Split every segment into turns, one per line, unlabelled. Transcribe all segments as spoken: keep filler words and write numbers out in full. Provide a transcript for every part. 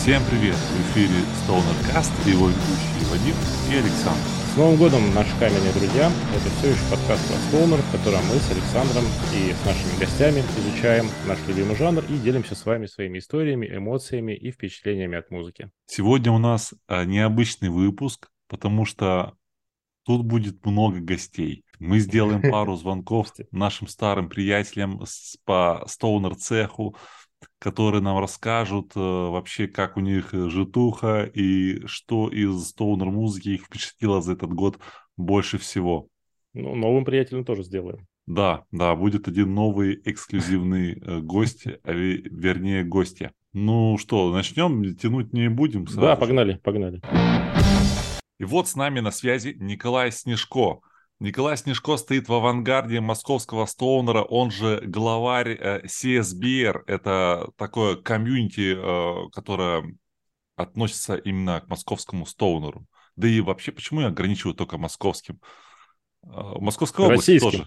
Всем привет! В эфире StonerCast и его ведущие Вадим и Александр.
С Новым годом, наши каменные друзья! Это все еще подкаст про Stoner, в котором мы с Александром и с нашими гостями изучаем наш любимый жанр и делимся с вами своими историями, эмоциями и впечатлениями от музыки.
Сегодня у нас а, необычный выпуск, потому что тут будет много гостей. Мы сделаем пару звонков нашим старым приятелям с- по Stoner-цеху, которые нам расскажут э, вообще, как у них э, житуха и что из стоунер-музыки их впечатлило за этот год больше всего.
Ну, новым приятелям тоже сделаем.
Да, да, будет один новый эксклюзивный э, гость, а ве- вернее, гостья. Ну что, начнем, тянуть не будем
Да,
сразу же.
погнали, погнали.
И вот с нами на связи Николай Снежко. Николай Снежко стоит в авангарде московского стоунера, он же главарь э, си эс би ар. Это такое комьюнити, э, которое относится именно к московскому стоунеру. Да и вообще, почему я ограничиваю только московским? Э, Московской области тоже.
Российским.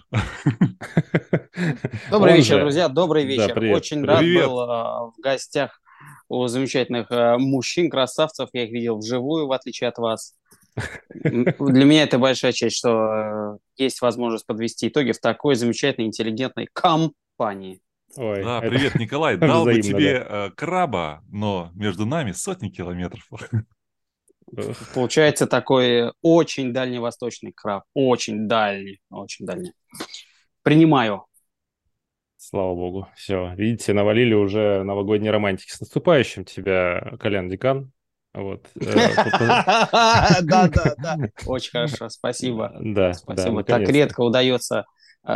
Добрый
Он
вечер,
же-
друзья, добрый
Да,
вечер.
привет,
Очень
привет.
рад
Привет.
был а, в гостях у замечательных а, мужчин, красавцев. Я их видел вживую, в отличие от вас. М, Для меня это большая честь, что а, есть возможность подвести итоги в такой замечательной, интеллигентной компании.
Ой,
Да,
это
привет, Николай. Дал бы
взаимно,
тебе э, краба, но между нами сотни километров.
да.
Получается такой очень дальневосточный краб. Очень дальний, очень дальний. Принимаю.
Слава богу. Все, видите, навалили уже новогодние романтики. С наступающим тебя, Колян Декан. Вот. э, по- по-
Да, да, да. Очень хорошо, спасибо.
Да, да,
Спасибо. Так
наконец-то.
редко удается э,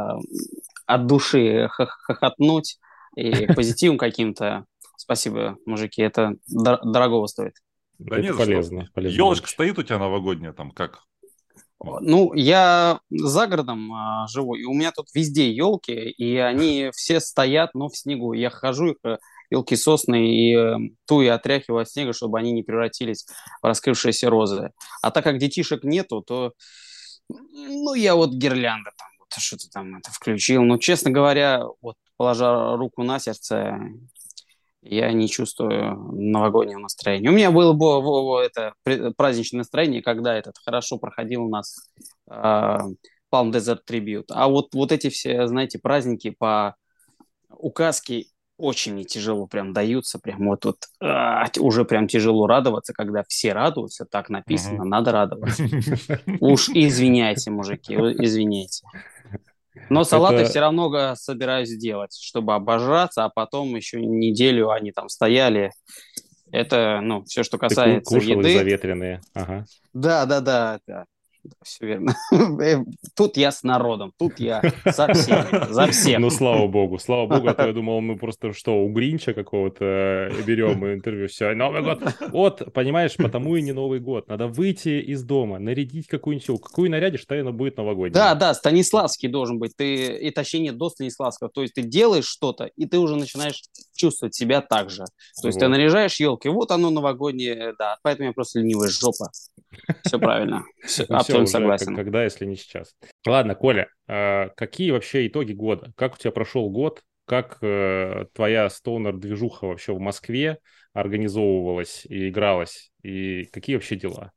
от души хох- хохотнуть и позитивом каким-то. Спасибо, мужики, это дор- дорогого стоит.
Да
Это
не за что.
полезно, полезно.
Елочка
вещь.
стоит у тебя новогодняя, там как?
Ну, я за городом а, живу, и у меня тут везде елки, и они все стоят, но в снегу. Я хожу, их елки сосны, и э, ту и отряхиваю от снега, чтобы они не превратились в раскрывшиеся розы. А так как детишек нету, то, ну, я вот гирлянда там, вот что-то там это включил. Но, честно говоря, вот положа руку на сердце, я не чувствую новогоднего настроения. У меня было бы во- во- это пре- праздничное настроение, когда этот хорошо проходил у нас э, Palm Desert Tribute. А вот, вот эти все, знаете, праздники по указке очень мне тяжело прям даются. Прям вот, вот а, уже прям тяжело радоваться, когда все радуются. Так написано,
Мгм.
надо радоваться. Уж извиняйте, мужики, у- извиняйте. Но салаты все
Это
равно га- собираюсь делать, чтобы обожраться, а потом еще неделю они там стояли. Это, ну, все, что
ты ку-
касается
кушал их
еды.
заветренные. Ага.
Да, да, да, да, все верно. Э, Тут я с народом, тут я со всеми, за всех.
Ну, слава богу, слава богу, а то я думал, мы просто что, у Гринча какого-то э, берем интервью, все, Новый год. Вот, понимаешь, потому и не Новый год. Надо выйти из дома, нарядить какую-нибудь елку. Какую нарядишь, та и она будет
Да,
новогодняя.
да, Станиславский должен быть. Ты, и точнее, нет, до Станиславского. То есть ты делаешь что-то, и ты уже начинаешь чувствовать себя так же. То есть ты
Вот.
наряжаешь елки, вот оно новогоднее, да. Поэтому я просто ленивая жопа. Все правильно. Всё,
Ну, все
абсолютно
уже, как-
согласен.
когда, если не сейчас. Ладно, Коля, а какие вообще итоги года? Как у тебя прошел год? Как э, твоя стоунер-движуха вообще в Москве организовывалась и игралась? И какие вообще дела?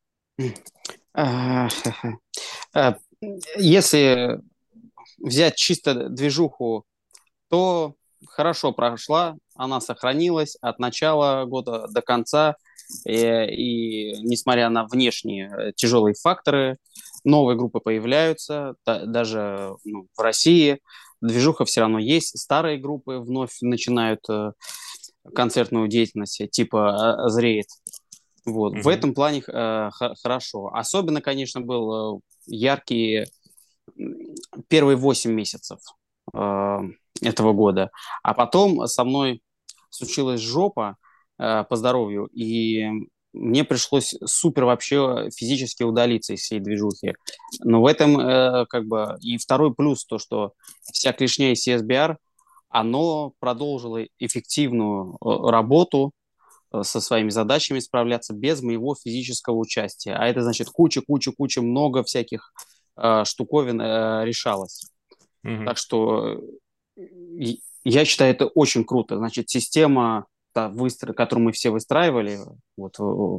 А, а, Если взять чисто движуху, то хорошо прошла, она сохранилась от начала года до конца. И, и несмотря на внешние э, тяжелые факторы, новые группы появляются, та- даже ну, в России движуха все равно есть, старые группы вновь начинают э, концертную деятельность, типа э, зреет. Вот. В
Мгм.
этом плане э, х- хорошо. Особенно, конечно, был э, яркий м, первые восемь месяцев э, этого года. А потом со мной случилась жопа э, по здоровью, и мне пришлось супер вообще физически удалиться из всей движухи. Но в этом э, как бы и второй плюс то, что вся клешня из си эс би ар, оно продолжило эффективную э, работу э, со своими задачами справляться без моего физического участия. А это значит куча-куча-куча много всяких э, штуковин э, решалось.
Мгм.
Так что э, и- я считаю это очень круто. Значит, система та выстро... которую мы все выстраивали, вот,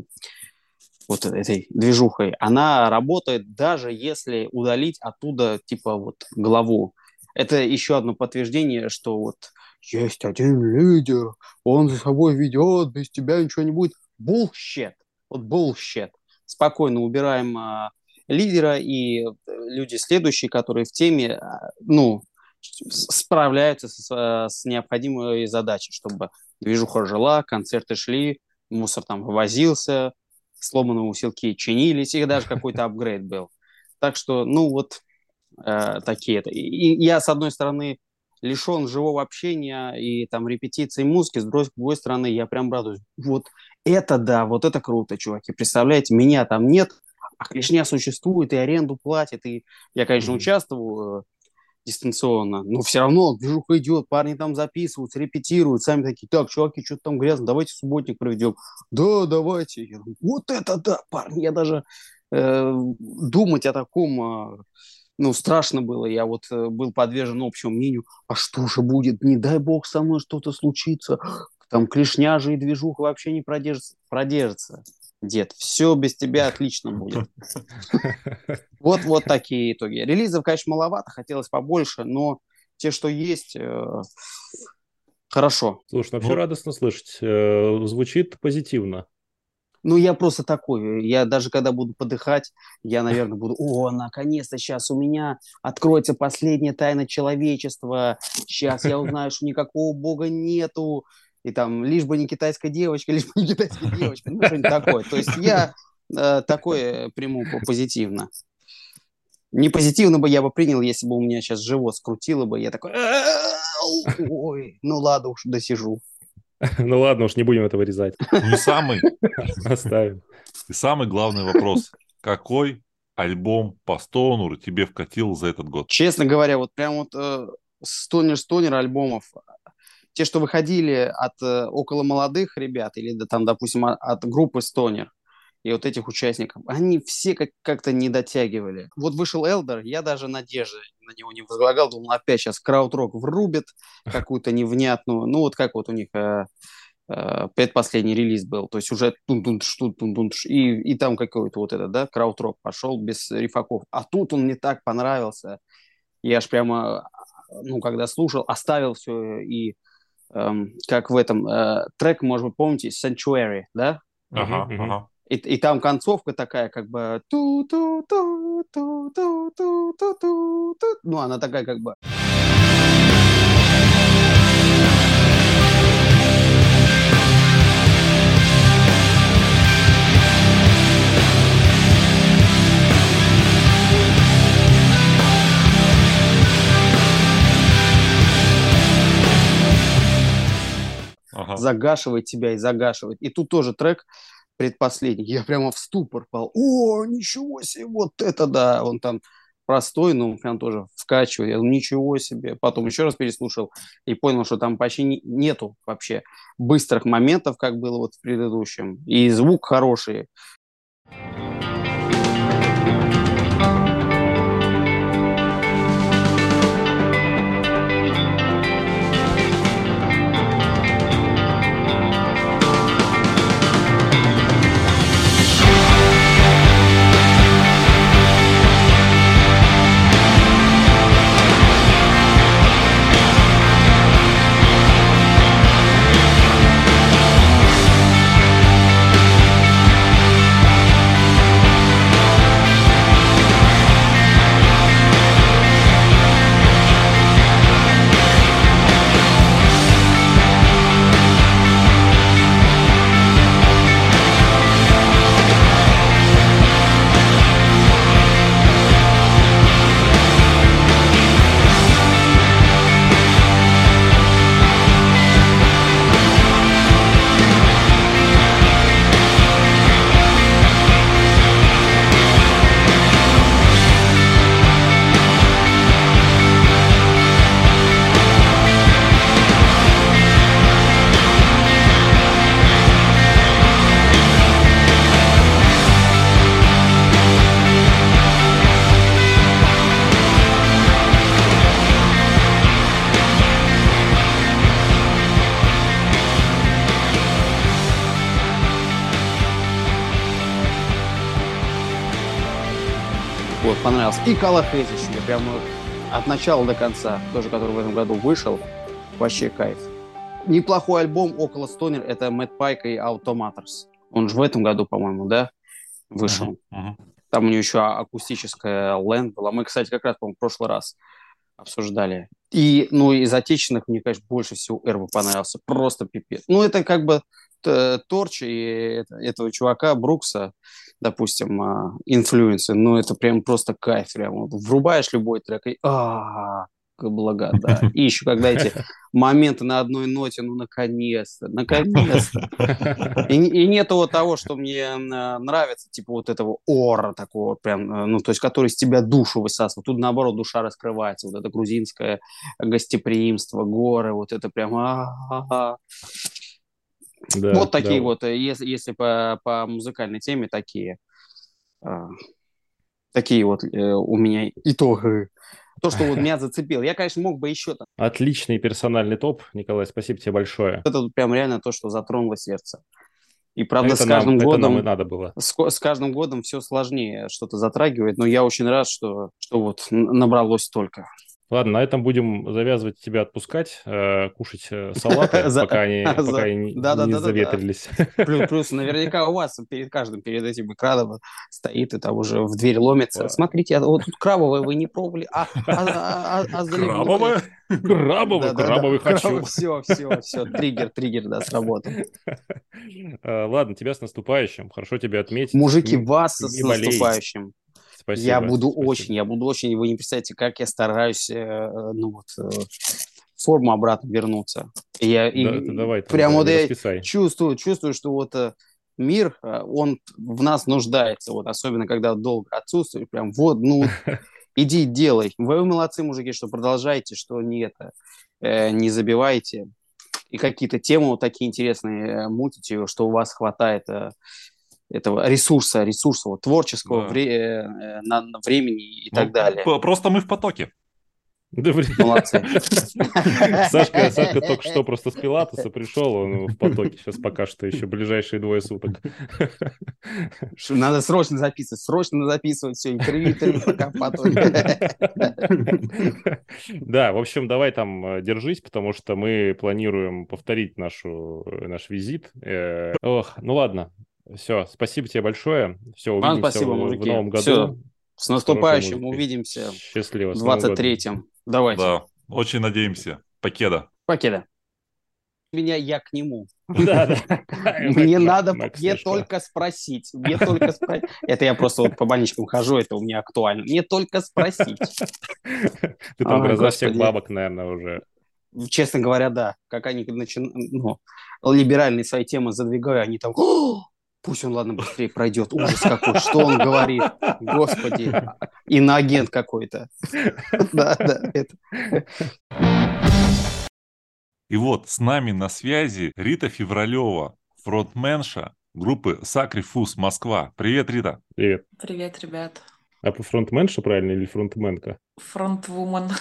вот этой движухой, она работает даже если удалить оттуда типа вот главу. Это еще одно подтверждение, что вот есть один лидер, он за собой ведет, без тебя ничего не будет. Bullshit. Вот bullshit. Спокойно убираем а, лидера, и люди следующие, которые в теме, а, ну, справляются с, с необходимой задачей, чтобы движуха жила, концерты шли, мусор там вывозился, сломанные усилки чинились, и даже какой-то апгрейд был. Так что, ну вот, э, такие-то. И, и я, с одной стороны, лишен живого общения и там репетиции музыки, с другой стороны, я прям радуюсь. Вот это да, вот это круто, чуваки. Представляете, меня там нет, а клешня существует, и аренду платит, и я, конечно, mm-hmm. участвую дистанционно, но все равно движуха идет, парни там записываются, репетируют, сами такие, так, чуваки, что-то там грязно, давайте субботник проведем. Да, давайте. Я думаю, вот это да, парни, я даже э, думать о таком, э, ну, страшно было. Я вот э, был подвержен общему мнению, а что же будет, не дай бог со мной что-то случится, там клешня же и движуха вообще не продержится. продержится. Дед, все без тебя отлично будет. Вот, вот такие итоги. Релизов, конечно, маловато, хотелось побольше, но те, что есть, э, хорошо.
Слушай, ну вообще ну, радостно слышать. Э, звучит позитивно.
Ну, я просто такой. Я даже когда буду подыхать, я, наверное, буду, о, наконец-то сейчас у меня откроется последняя тайна человечества. Сейчас я узнаю, что никакого бога нету. И там, лишь бы не китайская девочка, лишь бы не китайская девочка, ну, что-нибудь такое. То есть я э, такое приму позитивно. Не позитивно бы я бы принял, если бы у меня сейчас живот скрутило бы, я такой, ой, ну ладно уж, досижу.
Ну ладно уж, не будем это вырезать.
Ну и самый...
Оставим.
И самый главный вопрос. Какой альбом по Стоунеру тебе вкатил за этот год?
Честно говоря, вот прям вот стонер-стонер альбомов, те, что выходили от э, около молодых ребят, или, да, там, допустим, от, от группы Стонер, и вот этих участников, они все как- как-то не дотягивали. Вот вышел Элдер, я даже надежды на него не возлагал, думал, опять сейчас крауд-рок врубит какую-то невнятную, ну вот как вот у них э, э, предпоследний релиз был, то есть уже тун-тун-тш, тун-тун-тун-тш, и, и там какой-то вот этот, да, крауд-рок пошел без рифаков, а тут он мне так понравился, я аж прямо, ну, когда слушал, оставил все и Um, как в этом uh, трек, может быть, помните, Sanctuary, да?
Ага, uh-huh, ага.
И, и там концовка такая, как бы ту-ту-ту-ту-ту-ту-ту-ту-ту. Ну, она такая, как бы. Ага. Загашивает тебя и загашивает. И тут тоже трек предпоследний. Я прямо в ступор пал. О, ничего себе, вот это да. Он там простой, но прям тоже вкачивает. Я думаю, ничего себе. Потом еще раз переслушал и понял, что там почти не, нету вообще быстрых моментов, как было вот в предыдущем. И звук хороший. понравился. И Калахезич мне прям ну, от начала до конца, тоже который в этом году вышел, вообще кайф. Неплохой альбом около стонер, это Мэтт Пайк и Automators. Он же в этом году, по-моему, да, вышел.
Uh-huh, uh-huh.
Там у него еще акустическая Land была. Мы, кстати, как раз, по-моему, в прошлый раз обсуждали. И, ну, из отечественных мне, конечно, больше всего Эрбо понравился. Просто пипец. Ну, это как бы Торч и этого чувака Брукса, допустим, инфлюенсы. Ну, это прям просто кайф. Прям вот врубаешь любой трек и а блага, да. И еще когда эти моменты на одной ноте, ну, наконец-то, наконец-то. И, и нету вот того, что мне нравится, типа вот этого ора такого прям, ну, то есть, который из тебя душу высасывает. Тут, наоборот, душа раскрывается. Вот это грузинское гостеприимство, горы, вот это прям а-а-а. Да, вот такие да. Вот, если, если по, по музыкальной теме, такие, а, такие вот э, у меня итоги. То, что вот меня зацепило. Я, конечно, мог бы еще там.
Отличный персональный топ, Николай, спасибо тебе большое.
Это прям реально то, что затронуло сердце. И правда, это с каждым нам, годом,
это нам и надо было.
С, с каждым годом все сложнее что-то затрагивает, но я очень рад, что, что вот набралось столько.
Ладно, на этом будем завязывать тебя отпускать, э, кушать салаты, пока они, пока они не заветрились.
Плюс наверняка у вас перед каждым, перед этим экраном стоит, и там уже в дверь ломится. Смотрите, вот тут крабовое вы не пробовали, а
крабовое? Крабовый, крабовый хочу.
Все, все, все, триггер, триггер, да, сработал.
Ладно, тебя с наступающим, хорошо тебя отметить.
Мужики, вас с наступающим.
Спасибо,
я буду
спасибо.
очень, я буду очень, вы не представляете, как я стараюсь, э, ну вот, э, в форму обратно вернуться. Я,
да, и, давай,
прям вот я
расписай.
чувствую, чувствую, что вот э, мир, э, он в нас нуждается, вот, особенно когда долго отсутствует, прям вот, ну, иди делай. Вы молодцы, мужики, что продолжаете, что не это, э, не забивайте. И какие-то темы вот такие интересные мутите, что у вас хватает э, этого ресурса, ресурса вот, творческого да. вре- на, на времени и ну, так далее.
Просто мы в потоке.
Молодцы.
Сашка, Сашка только что просто с Пилатеса пришел, он в потоке сейчас пока что еще ближайшие двое суток.
Надо срочно записывать, срочно записывать все, интервью, интервью, пока в потоке.
Да, в общем, давай там держись, потому что мы планируем повторить нашу, наш визит. Ох, ну ладно. Все, спасибо тебе большое. Все, увидимся
Вам спасибо,
в,
мужики.
в новом году.
Все, с наступающим, увидимся.
Счастливо.
В двадцать третьем. Давайте.
Да, очень надеемся. Покеда.
Покеда. Меня я к нему.
Да, да.
Мне надо, мне только спросить. Мне только спросить. Это я просто вот по больничкам хожу, это у меня актуально. Мне только спросить.
Ты там гроза всех бабок, наверное, уже.
Честно говоря, да. Как они начинают, ну, либеральные свои темы задвигают, они там... Пусть он, ладно, быстрее пройдет. Ужас какой. Что он говорит? Господи. Иноагент какой-то. Да, да.
И вот с нами на связи Рита Февралева, фронтменша группы Sacrifus Москва. Привет, Рита.
Привет.
Привет, ребят.
А по фронтменша правильно или фронтменка?
Фронтвумен.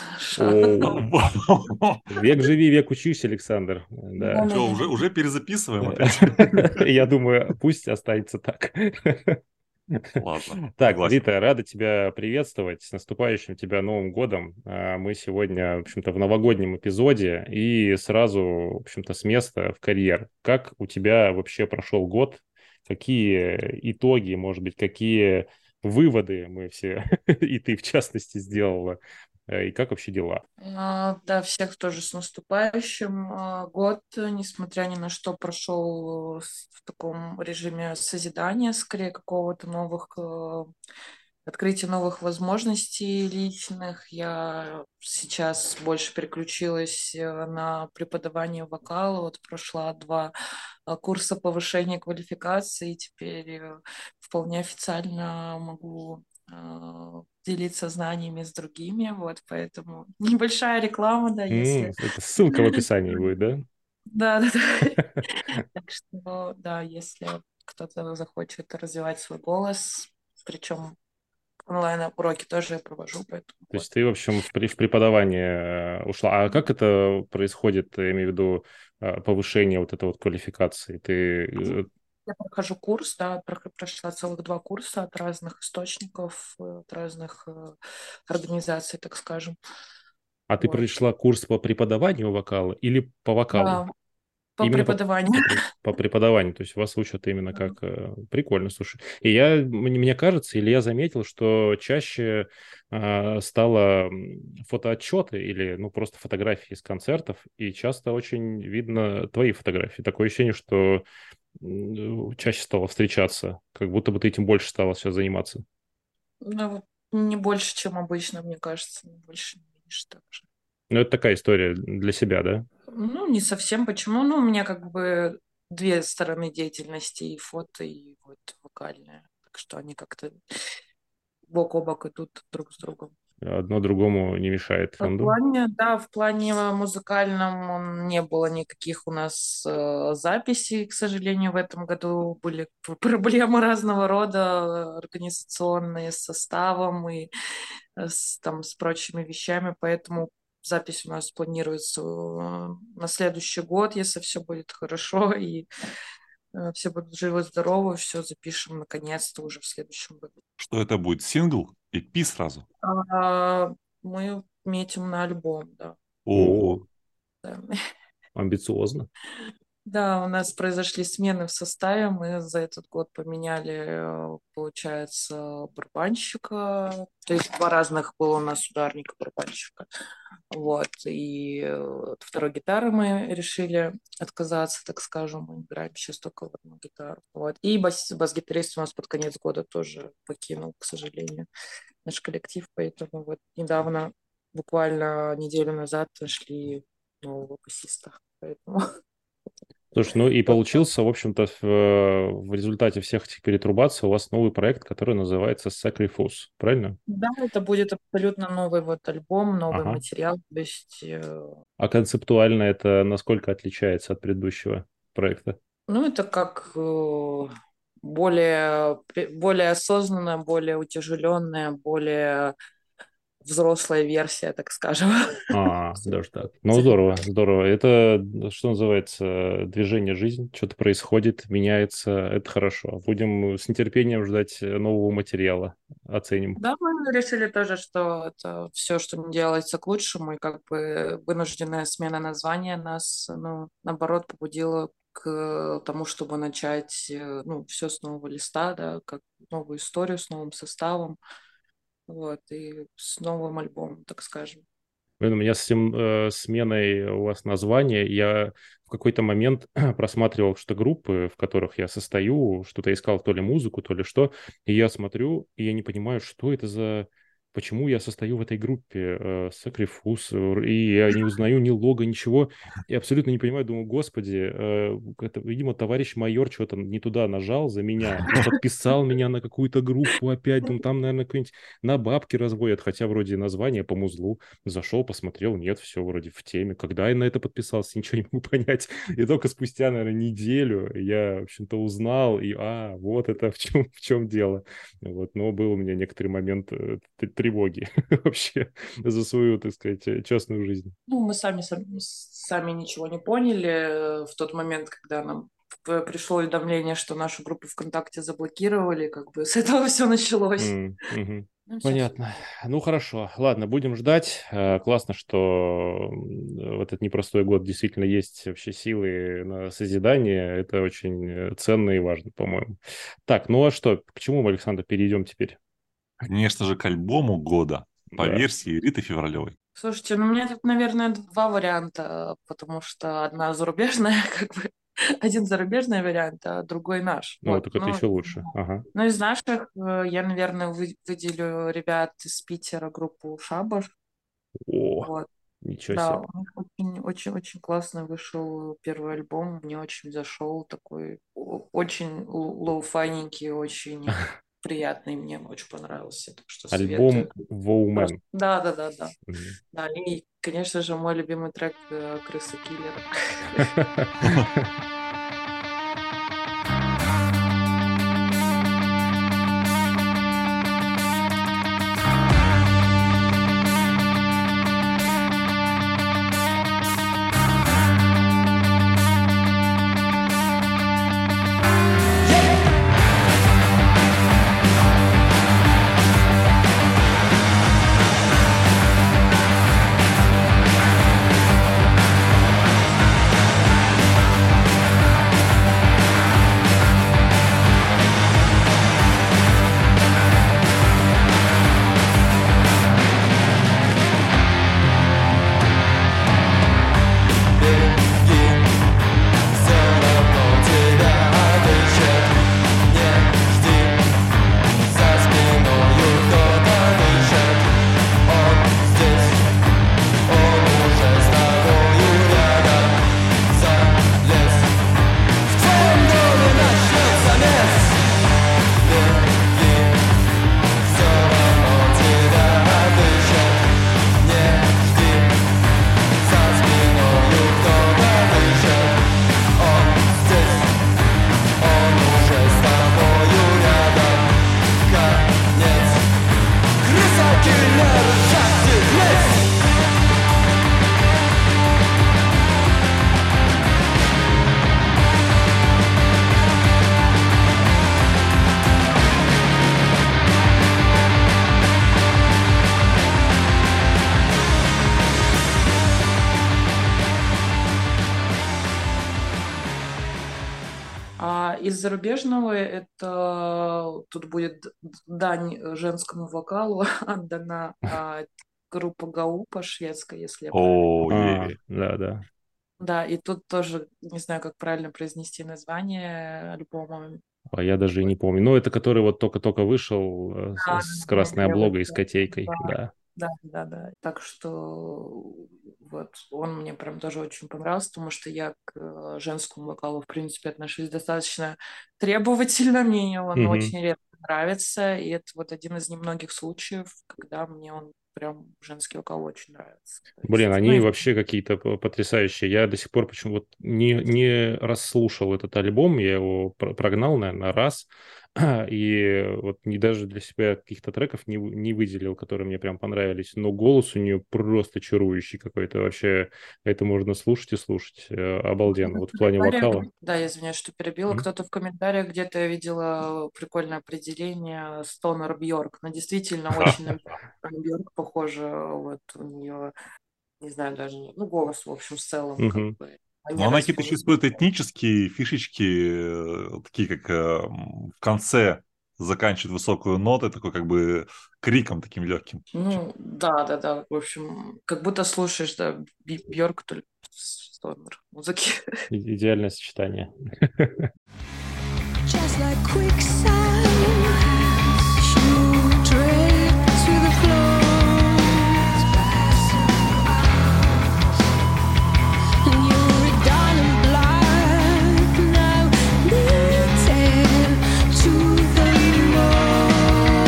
Век живи, век учись, Александр. Да.
Что, уже, уже перезаписываем опять?
Я думаю, пусть останется так.
Ладно.
Так,
согласен.
Рита, рада тебя приветствовать. С наступающим тебя Новым годом. Мы сегодня, в общем-то, в новогоднем эпизоде и сразу, в общем-то, с места в карьер. Как у тебя вообще прошел год? Какие итоги, может быть, какие выводы мы все, и ты в частности, сделала? И как вообще дела?
Да, всех тоже с наступающим. Год, несмотря ни на что, прошел в таком режиме созидания, скорее какого-то новых, открытия новых возможностей личных. Я сейчас больше переключилась на преподавание вокала. Вот прошла два курса повышения квалификации, и теперь вполне официально могу делиться знаниями с другими, вот, поэтому небольшая реклама, да, если...
Mm, это ссылка в описании будет, да?
Да, да, да. Так что, да, если кто-то захочет развивать свой голос, причем онлайн-уроки тоже я провожу, поэтому...
То есть ты, в общем, в преподавание ушла. А как это происходит, я имею в виду, повышение вот этой вот квалификации? Ты
Я прохожу курс, да, про- прошла целых два курса от разных источников, э, от разных э, организаций, так скажем.
А ты
Вот.
пришла курс по преподаванию вокала или по вокалу?
Да, по
Именно по,
преподаванию.
по, пре- по преподаванию, то есть вас учат именно
Да.
как... э, Прикольно, слушай. И я, мне мне кажется, или я заметил, что чаще э, стало м, фотоотчеты или, ну, просто фотографии из концертов, и часто очень видно твои фотографии. Такое ощущение, что м, чаще стало встречаться, как будто бы ты этим больше стала сейчас заниматься.
Ну, вот не больше, чем обычно, мне кажется, не больше, не меньше так же.
Ну, это такая история для себя, да?
Ну, не совсем. Почему? Ну, у меня как бы две стороны деятельности, и фото, и вот вокальная. Так что они как-то бок о бок идут друг с другом.
Одно другому не мешает
В
фонду.
плане, да, в плане музыкальном он- не было никаких у нас э, записей, к сожалению, в этом году были п- проблемы разного рода, организационные, с составом и э, с, там, с прочими вещами, поэтому запись у нас планируется э, на следующий год, если все будет хорошо и э, все будут живы-здоровы, все запишем наконец-то уже в следующем году.
Что это будет? Сингл? и пи сразу?
А, мы метим на альбом, да.
О,
Ого.
Да.
амбициозно.
Да, у нас произошли смены в составе. Мы за этот год поменяли, э, получается, барабанщика. То есть два разных было у нас ударника барабанщика. Вот. И э, от второй гитары мы решили отказаться, так скажем. Мы играем сейчас только в одну гитару. Вот. И бас- бас-гитарист у нас под конец года тоже покинул, к сожалению, наш коллектив. Поэтому вот недавно, буквально неделю назад, нашли нового басиста. Поэтому
Слушай, ну и
вот.
получился, в общем-то, в, э, в результате всех этих перетрубаций у вас новый проект, который называется Sacrifice, правильно?
Да, это будет абсолютно новый вот альбом, новый
Ага.
материал. То есть, э,
А концептуально это насколько отличается от предыдущего проекта?
ну, это как э, более, более осознанная, более утяжеленная, более взрослая версия, так скажем.
А, даже так. Ну, здорово, здорово. Это, что называется, движение жизнь, что-то происходит, меняется, это хорошо. Будем с нетерпением ждать нового материала, оценим.
Да, мы решили тоже, что это все, что не делается к лучшему, и как бы вынужденная смена названия нас, ну, наоборот, побудила к тому, чтобы начать, э, ну, все с нового листа, да, как новую историю с новым составом, вот, и с новым альбомом, так скажем.
Блин, у меня с этим, э, сменой у вас названия, я в какой-то момент просматривал что группы, в которых я состою, что-то искал, то ли музыку, то ли что, и я смотрю, и я не понимаю, что это за... Почему я состою в этой группе э, Сакрифус, э, и я не узнаю ни лого, ничего, и абсолютно не понимаю, думаю, господи, э, это, видимо, товарищ майор что-то не туда нажал за меня и подписал меня на какую-то группу опять, думаю, там, наверное, какие-нибудь на бабки разводят, хотя вроде название по музлу. Зашел, посмотрел, нет, все вроде в теме. Когда я на это подписался, ничего не могу понять. И только спустя, наверное, неделю я, в общем-то, узнал, и, а, вот это в чем, в чем дело. Вот, но был у меня некоторый момент э, т- тревоги вообще за свою, так сказать, э, частную жизнь.
Ну, мы сами, сами, сами ничего не поняли э, в тот момент, когда нам п- пришло уведомление, что нашу группу ВКонтакте заблокировали, как бы с этого все началось.
М, мгм.
Ну, сейчас.
Понятно. Ну, хорошо. Ладно, будем ждать. Э, Классно, что м, в этот непростой год действительно есть вообще силы на созидание. Это очень э, ценно и важно, по-моему. Так, ну а что, к чему мы, Александр, перейдем теперь?
Конечно же, к альбому года по
Да.
версии Риты Февралевой.
Слушайте, ну у меня тут, наверное, два варианта, потому что одна зарубежная, как бы, один зарубежный вариант, а другой наш.
Ну,
Вот.
так это
Ну,
еще лучше. Ага.
ну, из наших э, я, наверное, вы- выделю ребят из Питера, группу Шабаш.
О,
Вот.
ничего
Да,
себе.
у них очень, очень, очень классно вышел первый альбом, мне очень зашел, такой о- очень л- лоу-файненький, очень приятный, мне очень понравился, так что
Альбом
советую. Просто-
Woman.
Да, да, да, да.
Мгм.
Да, и, конечно же, мой любимый трек э, «Крысы Киллера». Да, из зарубежного это тут будет дань женскому вокалу отдана а, группа Гаупа шведская, если я правильно.
О,
А,
е.
да, да.
Да, и тут тоже не знаю, как правильно произнести название альбома.
А я даже и не помню. Ну, это который вот только-только вышел э, с,
Да,
с
да,
красной обложкой и с
девочка.
котейкой,
Да,
да.
да, да, да. Так что вот он мне прям тоже очень понравился, потому что я к э, женскому вокалу, в принципе, отношусь достаточно требовательно. Мне он
Мгм.
очень редко нравится, и это вот один из немногих случаев, когда мне он прям женский вокал очень нравится. То
Блин,
есть, ну,
они
и
вообще какие-то п- потрясающие. Я до сих пор почему вот не, не расслушал этот альбом, я его про- прогнал, наверное, раз, и вот не даже для себя каких-то треков не, вы- не выделил, которые мне прям понравились, но голос у нее просто чарующий какой-то. Вообще это можно слушать и слушать. Э, Обалденно.
кто-то
Вот
в
в плане
комментариях,
вокала.
да, я извиняюсь, что перебила,
М?
кто-то в комментариях где-то я видела прикольное определение Стонер Бьорк, но действительно очень на Бьорк похоже, вот у нее, не знаю, даже, ну, голос, в общем, в целом, как
Мгм.
бы,
Но
манера
она какие-то еще
исполнения.
использует этнические фишечки, э, такие как э, м, в конце заканчивает высокую ноту, такой как бы криком таким легким.
Ну, да, да, да, в общем, как будто слушаешь, да, Бьорк, только Стонер музыки.
И- Идеальное сочетание.
Just like quicksand, you drift to the floor, and you're done in black now, leading to the moon.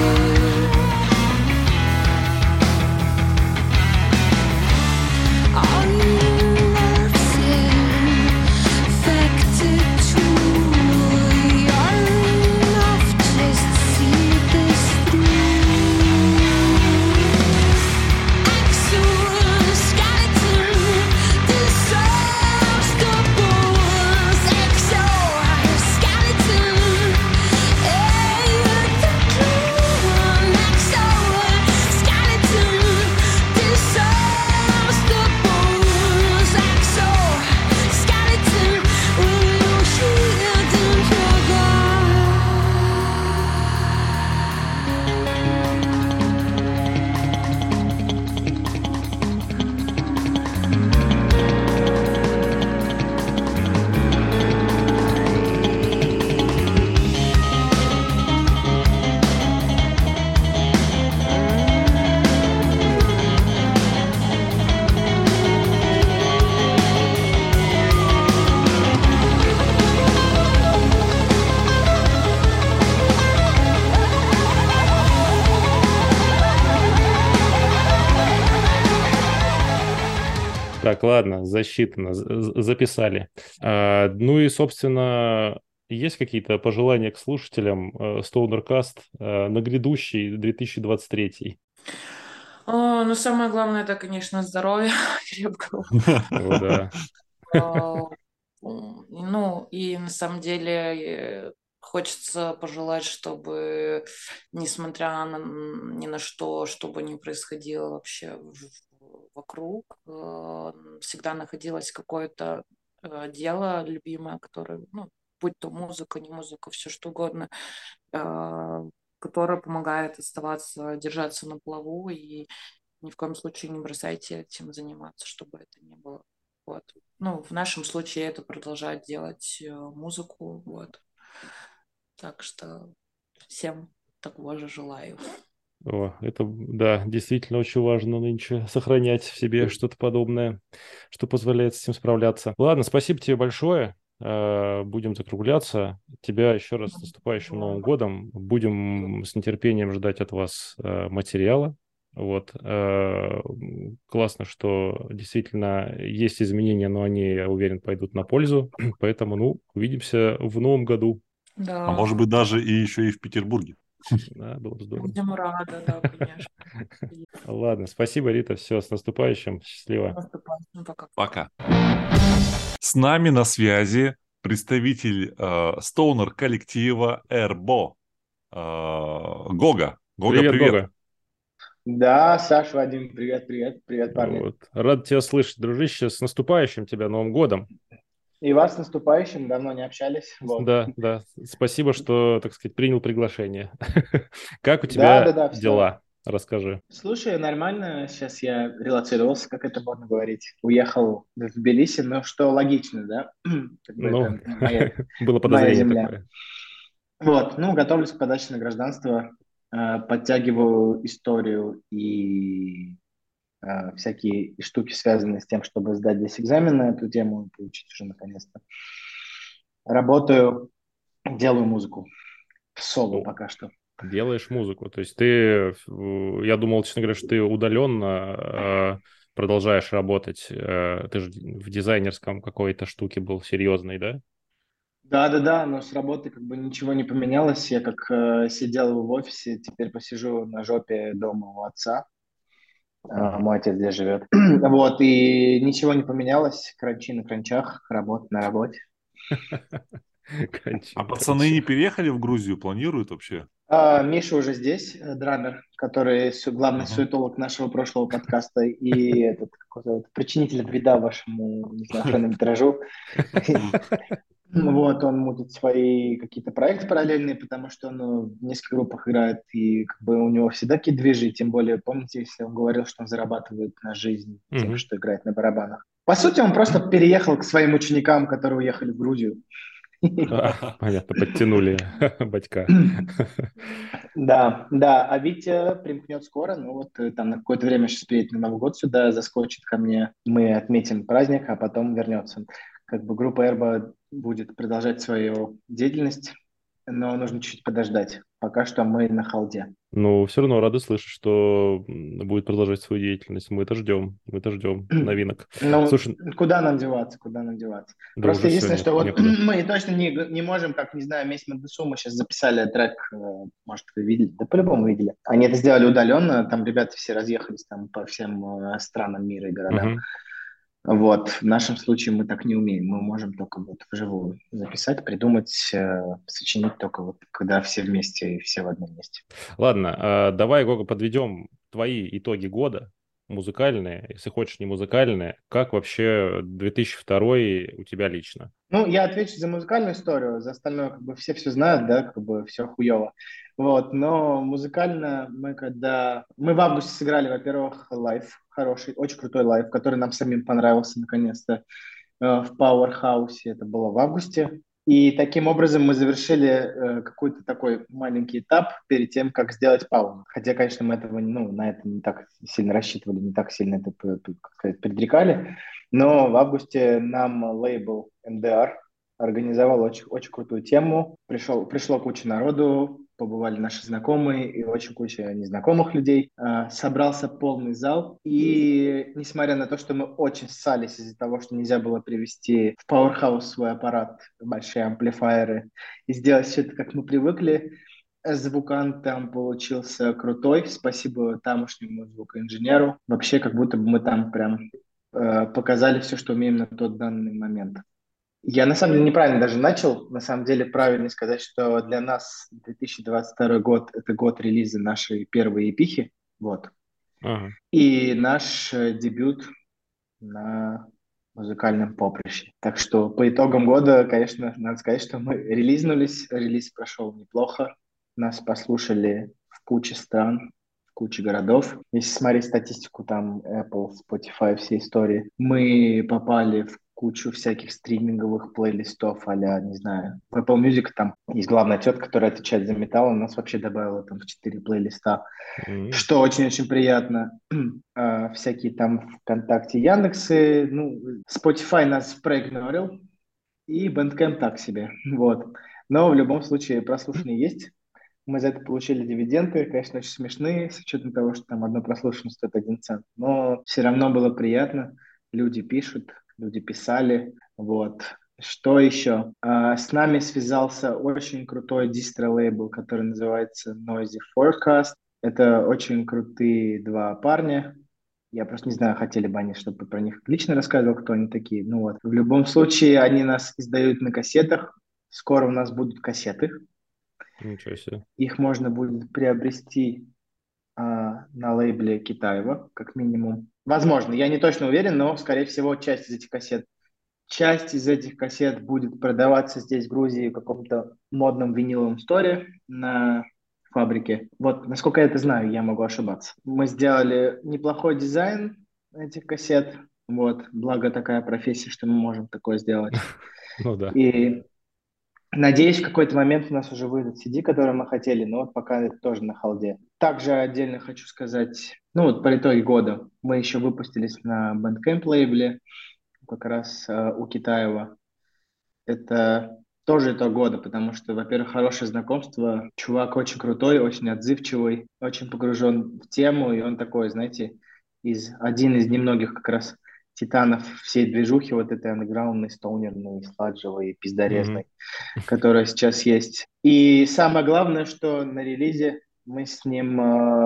Infected to your enough just see this through. Exoskeleton dissolves the bones. Exoskeleton, and the clue. Exoskeleton dissolves the bones. Exoskeleton, will you shield and
Так, ладно, засчитано, з- з- записали. А, ну и, собственно, есть какие-то пожелания к слушателям э, Stonercast э, на грядущий две тысячи двадцать третий?
О, ну, самое главное, это, конечно, здоровье крепкого.
О, да.
А, м, Ну, и на самом деле э, хочется пожелать, чтобы, несмотря на, н- ни на что, что бы ни происходило вообще в- в- вокруг, э, всегда находилось какое-то э, дело любимое, которое, ну, будь то музыка, не музыка, все что угодно, э, которое помогает оставаться, держаться на плаву, и ни в коем случае не бросайте этим заниматься, чтобы это не было. Вот. Ну, в нашем случае это продолжать делать э, музыку, вот. Так что всем такого же желаю.
О, это, да, действительно очень важно нынче сохранять в себе что-то подобное, что позволяет с этим справляться. Ладно, спасибо тебе большое. Э, Будем закругляться. Тебя еще раз с наступающим Новым годом. Будем с нетерпением ждать от вас э, материала. Вот. Э, м, Классно, что действительно есть изменения, но они, я уверен, пойдут на пользу. Поэтому, ну, увидимся в новом году.
А
Да,
может быть даже и еще и в Петербурге.
Да, было бы здорово.
будем рады, да, конечно.
Ладно, спасибо, Рита. Все, с наступающим. Счастливо.
Наступающим пока.
Пока. С нами на связи представитель э, стоунер коллектива Эрбо. Э, Гога. Гога,
Привет,
привет.
Гога.
Да, Саш, Вадим, привет, привет, привет, парни.
Вот. Рад тебя слышать, дружище. С наступающим тебя Новым годом.
И вас с наступающим, давно не общались. Вот.
Да, да. Спасибо, что, так сказать, принял приглашение. Как у
Да,
тебя
да, да, все.
дела? Расскажи.
Слушай, нормально. Сейчас я релацировался, как это можно говорить. Уехал в Тбилиси, но что логично, да? Как бы
Ну,
это моя,
было
моя
подозрение
земля.
такое.
Вот, ну, готовлюсь к подаче на гражданство, э, подтягиваю историю и э, всякие штуки, связанные с тем, чтобы сдать здесь экзамен на эту тему и получить уже наконец-то. Работаю, делаю музыку. Соло
О,
пока что.
делаешь музыку. То есть ты, э, я думал, честно говоря, что ты удаленно э, продолжаешь работать. Э, Ты же в дизайнерском какой-то штуке был серьезный, да?
Да-да-да, но с работы как бы ничего не поменялось. Я как э, сидел в офисе, теперь посижу на жопе дома у отца. А,
Мгм.
мой отец здесь живет. Вот, и ничего не поменялось. Кранчи на кранчах, работа на работе.
А
Кончи,
пацаны не
кончи.
переехали в Грузию, планируют вообще?
А, Миша уже здесь, э, драмер, который су- главный
Мгм.
суетолог нашего прошлого подкаста и этот какой-то причинитель вреда вашему, не знаю, хронометражу. Вот, он мутит свои какие-то проекты параллельные, потому что он э, в нескольких группах играет, и как бы у него всегда какие-то движи, тем более, помните, если он говорил, что он зарабатывает на жизнь тем,
Мгм.
что играет на барабанах. По сути, он просто переехал к своим ученикам, которые уехали в Грузию.
А, понятно, подтянули батька.
Да, да, а Витя примкнет скоро, ну вот э, там на какое-то время сейчас приедет на Новый год сюда, заскочит ко мне, мы отметим праздник, а потом вернется. Как бы группа Эрба будет продолжать свою деятельность, но нужно чуть подождать. Пока что мы на халде.
Но все равно рады слышать, что м, будет продолжать свою деятельность. Мы это ждем, мы это ждем новинок.
Ну,
Слушай,
куда нам деваться, куда нам деваться?
да
Просто
уже все,
единственное,
не,
что вот
некуда.
мы точно не, не можем, как, не знаю, «Месть Мандусу», мы сейчас записали трек, э, может, вы видели, да по-любому видели. Они это сделали удаленно, там ребята все разъехались там по всем э, странам мира и городам.
Мгм.
Вот, в нашем случае мы так не умеем, мы можем только вот вживую записать, придумать, э, сочинить только вот, когда все вместе и все в одном месте.
Ладно, а давай, Гога, подведем твои итоги года музыкальные, если хочешь, не музыкальные. Как вообще две тысячи второй у тебя лично?
Ну, я отвечу за музыкальную историю, за остальное как бы все все знают, да, как бы все хуево. Вот, но музыкально мы когда... Мы в августе сыграли, во-первых, лайв хороший, очень крутой лайв, который нам самим понравился наконец-то э, в Powerhouse, это было в августе. И таким образом мы завершили э, какой-то такой маленький этап перед тем, как сделать паузу. Хотя, конечно, мы этого, ну, на это не так сильно рассчитывали, не так сильно это, п- п- как сказать, предрекали. Но в августе нам лейбл эм дэ ар организовал очень, очень крутую тему. Пришел, пришло куча народу, побывали наши знакомые и очень куча незнакомых людей. А, собрался полный зал. И несмотря на то, что мы очень ссались из-за того, что нельзя было привезти в Powerhouse свой аппарат, большие амплифайеры, и сделать все это, как мы привыкли, звукант там получился крутой. Спасибо тамошнему звукоинженеру. Вообще, как будто бы мы там прям э, показали все, что умеем на тот данный момент. Я на самом деле неправильно даже начал. На самом деле правильно сказать, что для нас две тысячи двадцать второй год — это год релиза нашей первой эпихи. Вот.
Ага.
И наш э, дебют на музыкальном поприще. Так что по итогам года, конечно, надо сказать, что мы релизнулись. Релиз прошел неплохо. Нас послушали в куче стран, в куче городов. Если смотреть статистику, там Apple, Spotify, все истории, мы попали в кучу всяких стриминговых плейлистов, а-ля, не знаю, в Apple Music там есть главная тетка, которая отвечает за металл, она нас вообще добавила там в четыре плейлиста,
М.
что очень-очень приятно. А, всякие там ВКонтакте, Яндексы, ну, Spotify нас проигнорил, и Bandcamp так себе, вот. Но в любом случае прослушивание есть. Мы за это получили дивиденды, конечно, очень смешные, с учетом того, что там одно прослушивание стоит один цент. Но все равно было приятно. Люди пишут, люди писали, вот. Что еще? А, с нами связался очень крутой дистро-лейбл, который называется Noisy Forecast. Это очень крутые два парня. Я просто не знаю, хотели бы они, чтобы про них лично рассказывал, кто они такие. Ну вот. В любом случае, они нас издают на кассетах. Скоро у нас будут кассеты.
Ничего себе.
Их можно будет приобрести а, на лейбле Китаева, как минимум. Возможно, я не точно уверен, но, скорее всего, часть из этих кассет часть из этих кассет будет продаваться здесь, в Грузии, в каком-то модном виниловом сторе на фабрике. Вот, насколько я это знаю, я могу ошибаться. Мы сделали неплохой дизайн этих кассет. Вот, благо такая профессия, что мы можем такое сделать.
Ну да.
И надеюсь, в какой-то момент у нас уже выйдет си ди, который мы хотели, но вот пока это тоже на халде. Также отдельно хочу сказать, ну вот по итоге года мы еще выпустились на Bandcamp лейбле, как раз э, у Китаева. Это тоже итог года, потому что, во-первых, хорошее знакомство. Чувак очень крутой, очень отзывчивый, очень погружен в тему, и он такой, знаете, из, один из немногих как раз титанов всей движухи, вот этой андеграундной, стоунерной, сладжевой, пиздарезной,
Мгм.
которая сейчас есть. И самое главное, что на релизе мы с ним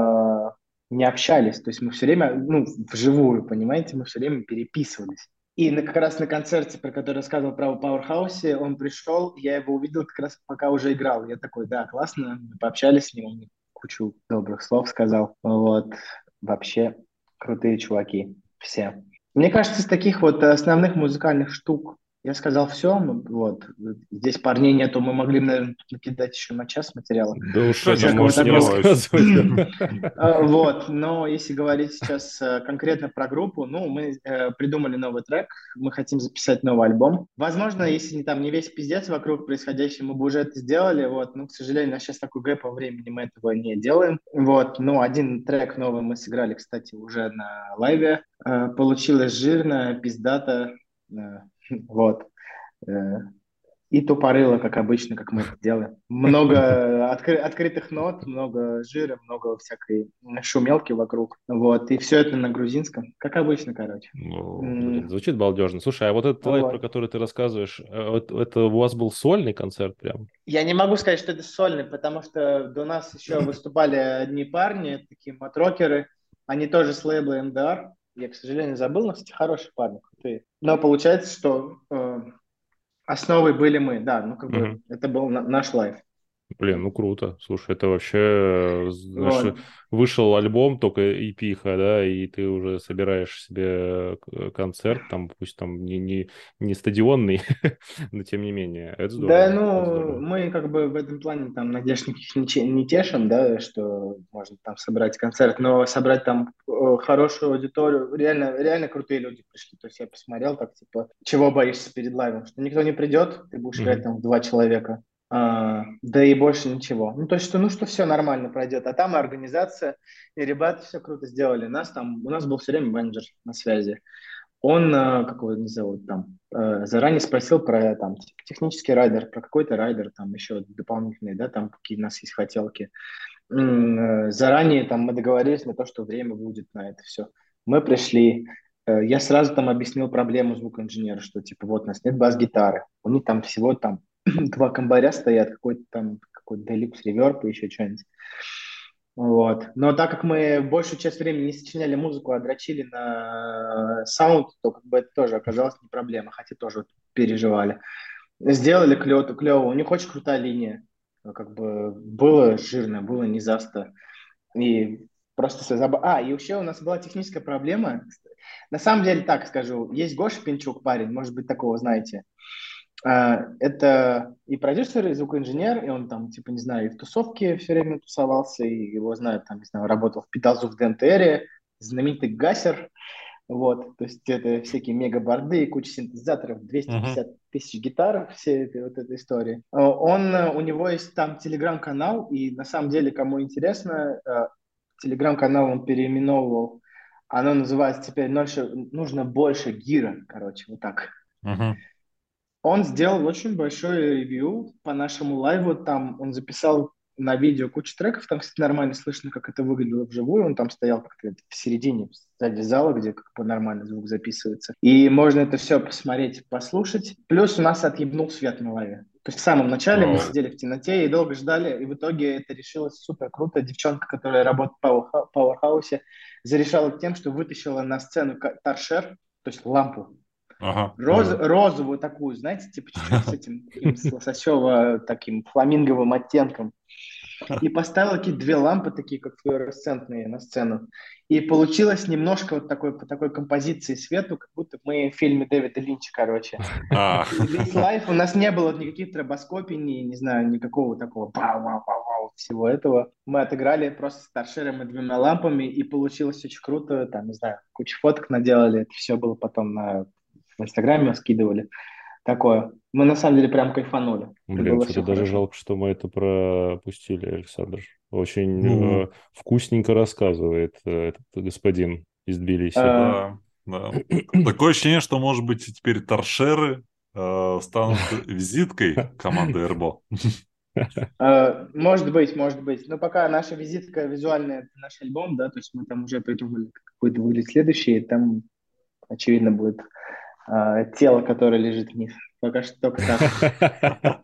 э, не общались, то есть мы все время, ну, вживую, понимаете, мы все время переписывались. И на, как раз на концерте, про который рассказывал про Powerhouse, он пришел, я его увидел как раз пока уже играл. Я такой, да, классно, мы пообщались с ним, он мне кучу добрых слов сказал. Вот, вообще крутые чуваки все. Мне кажется, из таких вот основных музыкальных штук я сказал все. Вот, здесь парней нету, мы могли бы, наверное, накидать еще на час материала.
Да уж это
Конечно,
Всякого
можешь не
такого.
рассказывать.
А, Вот, но если говорить сейчас э, конкретно про группу, ну, мы э, придумали новый трек, мы хотим записать новый альбом. Возможно, если не там не весь пиздец вокруг происходящего, мы бы уже это сделали, вот, но, к сожалению, у нас сейчас такой гэп по времени, мы этого не делаем. Вот, ну, один трек новый мы сыграли, кстати, уже на лайве. Э, Получилось жирно, пиздато, э, вот. Э, И тупорыло, как обычно, как мы это делаем. Много откры- открытых нот, много жира, много всякой шумелки вокруг. Вот. И все это на грузинском, как обычно, короче.
Ну,
Блин,
М,
звучит балдежно. Слушай, а вот этот лайв, про
Вот.
который ты рассказываешь, э, вот это у вас был сольный концерт прям?
Я не могу сказать, что это сольный, потому что до нас еще выступали одни парни, такие матрокеры. Они тоже с лейбла эм дэ ар. Я, к сожалению, забыл, но, кстати, хорошие парни, крутые. Но получается, что э, основой были мы, да, ну как бы
Мгм.
это был на- наш лайв.
Блин, ну круто. Слушай, это вообще, э, знаешь,
Вот.
вышел альбом, только и пи-ха, да, и ты уже собираешь себе к- концерт, там, пусть там не, не, не стадионный, но тем не менее. Это
Да,
здорово, это
ну,
здорово.
мы как бы в этом плане там надежд никаких не, че- не тешим, да, что можно там собрать концерт, но собрать там э, хорошую аудиторию, реально, реально крутые люди пришли, то есть я посмотрел так, типа, чего боишься перед лайвом, что никто не придет, ты будешь играть
Мгм.
там в два человека, а, да и больше ничего. Ну, то есть, что, ну, что все нормально пройдет, а там и организация, и ребята все круто сделали, нас там, у нас был все время менеджер на связи, он, э, как его не зовут там, э, заранее спросил про там тех- технический райдер, про какой-то райдер, там еще дополнительные, да, там какие у нас есть хотелки. М, э, Заранее там мы договорились на то, что время будет на это все. Мы пришли, э, я сразу там объяснил проблему звукоинженера, что типа вот у нас нет бас-гитары, у них там всего там два комбаря стоят, какой-то там какой-то делюкс реверб и еще что-нибудь. Вот. Но так как мы большую часть времени не сочиняли музыку, а дрочили на саунд, то как бы это тоже оказалось не проблема, хотя тоже вот переживали. Сделали клево, клево. У них очень крутая линия. Как бы было жирно, было не засто. И просто все заб... А, и еще у нас была техническая проблема. На самом деле, так скажу, есть Гоша Пинчук, парень, может быть, такого знаете. А, Это и продюсер, и звукоинженер, и он там, типа, не знаю, и в тусовке все время тусовался, и его знают, там, не знаю, работал в Питазу в ДНТРе, знаменитый гасер, вот, то есть это всякие мегабарды, куча синтезаторов, двести
мгм.
пятьдесят тысяч гитар, все это, вот эта история. А, Он, э, у него есть там телеграм-канал, и на самом деле, кому интересно, э, телеграм-канал он переименовывал, оно называется теперь «Нольше- «Нужно больше гира», короче, вот так.
Мгм.
Он сделал очень большое ревью по нашему лайву. Там он записал на видео кучу треков. Там, кстати, нормально слышно, как это выглядело вживую. Он там стоял как-то в середине, сзади зала, где как бы нормально звук записывается. И можно это все посмотреть, послушать. Плюс у нас отъебнул свет на лайве. То есть в самом начале мы
Вау.
сидели в темноте и долго ждали, и в итоге это решилось супер круто. Девчонка, которая работает в Powerhou- Powerhouse, зарешала тем, что вытащила на сцену ка- торшер, то есть лампу,
Ага.
Роз,
Мгм.
розовую такую, знаете, типа чуть-чуть с этим таким с лососево таким фламинговым оттенком. и поставил какие-то две лампы, такие как флуоресцентные, на сцену. И получилось немножко вот такой, по такой композиции свету, как будто мы в фильме Дэвида Линча, короче.
А,
И весь лайф у нас не было никаких тробоскопий, ни, не знаю, никакого такого вау-вау-вау всего этого. Мы отыграли просто с торшером и двумя лампами, и получилось очень круто. Там, не знаю, кучу фоток наделали. Это все было потом на, в Инстаграме скидывали. Такое. Мы на самом деле прям кайфанули. Это
Блин,
было
что-то
все
даже
хорошо.
жалко, что мы это пропустили, Александр. Очень
ну,
э, вкусненько рассказывает э, этот господин из Тбилиси.
А,
да, да. Такое ощущение, что, может быть, теперь торшеры э, станут визиткой команды эр би о.
а, Может быть, может быть. Но пока наша визитка визуальная, это наш альбом, да, то есть мы там уже придумали, как будет выглядеть следующий, и там, очевидно, будет а, тело, которое лежит вниз. Пока что только так.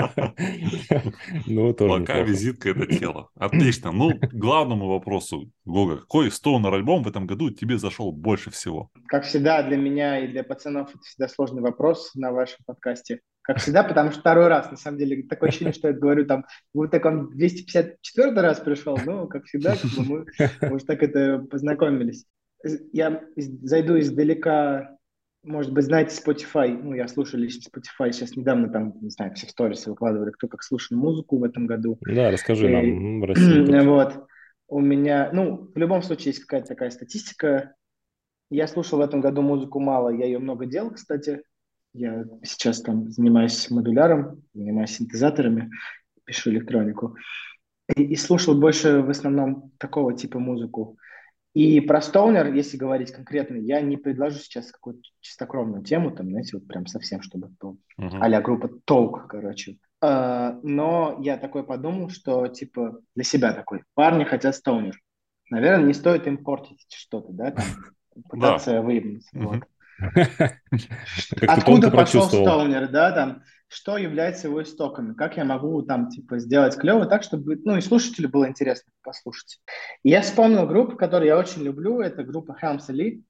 Ну, тоже
Пока
неплохо.
визитка — это тело. Отлично. Ну, к главному вопросу, Гога, какой стоунер альбом в этом году тебе зашел больше всего?
Как всегда, для меня и для пацанов это всегда сложный вопрос на вашем подкасте. Как всегда, потому что второй раз, на самом деле, такое ощущение, что я говорю, там, вот так он двести пятьдесят четвёртый раз пришел, но, как всегда, как бы мы, мы уже так это познакомились. Я зайду издалека, может быть, знаете Spotify, ну, я слушаю лично Spotify, сейчас недавно там, не знаю, все в сторисы выкладывали, кто как слушал музыку в этом году.
Да, расскажи нам,
Э,
м, в России тут.
Вот, у меня, ну, в любом случае есть какая-то такая статистика. Я слушал в этом году музыку мало, я ее много делал, кстати. Я сейчас там занимаюсь модуляром, занимаюсь синтезаторами, пишу электронику. И, и слушал больше в основном такого типа музыку. И про стоунер, если говорить конкретно, я не предложу сейчас какую-то чистокровную тему, там, знаете, вот прям совсем, чтобы был
Мгм.
а-ля группа Толк, короче. А, но я такой подумал, что, типа, для себя такой, парни хотят стоунер. Наверное, не стоит им портить что-то, да, там,
Да.
пытаться выебнуться, вот.
Мгм.
Как ты
Откуда
тонко
пошел
прочувствовал.
стоунер, да, там, что является его истоками, как я могу там, типа, сделать клево так, чтобы, ну, и слушателю было интересно послушать. И я вспомнил группу, которую я очень люблю, это группа Helms Elite.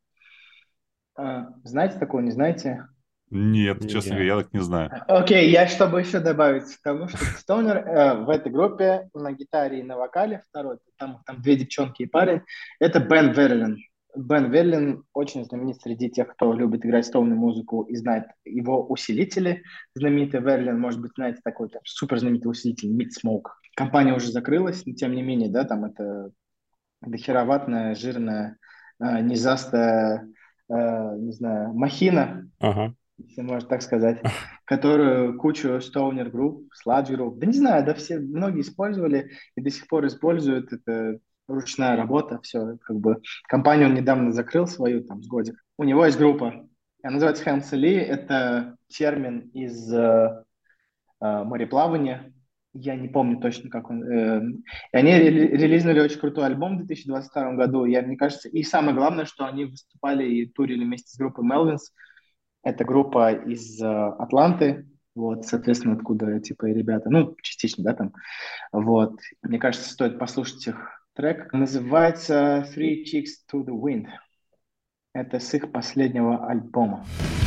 А, знаете такого, не знаете?
Нет, честно говоря,
Не.
я так не знаю.
Окей, я чтобы еще добавить к тому, что Стоунер э, в этой группе на гитаре и на вокале, второй, там, там две девчонки и парень, это Бен Верлин. Бен Верлин очень знаменит среди тех, кто любит играть стоунную музыку и знает его усилители. Знаменитый Верлин, может быть, знаете, такой там, супер знаменитый усилитель Meat Smoke. Компания уже закрылась, но тем не менее, да, там это дохероватная, жирная, э, низастая, э, не знаю, махина,
Ага.
если можно так сказать, которую кучу стоунер групп, сладж групп, да не знаю, да все, многие использовали и до сих пор используют. Это ручная работа, все, как бы. Компанию он недавно закрыл свою, там, с годик. У него есть группа, она называется Helms Elite, это термин из э, э, мореплавания. Я не помню точно, как он. э, И они рели- релизнули очень крутой альбом в две тысячи двадцать втором году. Я, мне кажется, и самое главное, что они выступали и турили вместе с группой Melvins. Это группа из э, Атланты, вот, соответственно, откуда, типа, и ребята, ну, частично, да, там, вот. Мне кажется, стоит послушать их трек. Называется Three Chicks to the Wind. Это с их последнего альбома.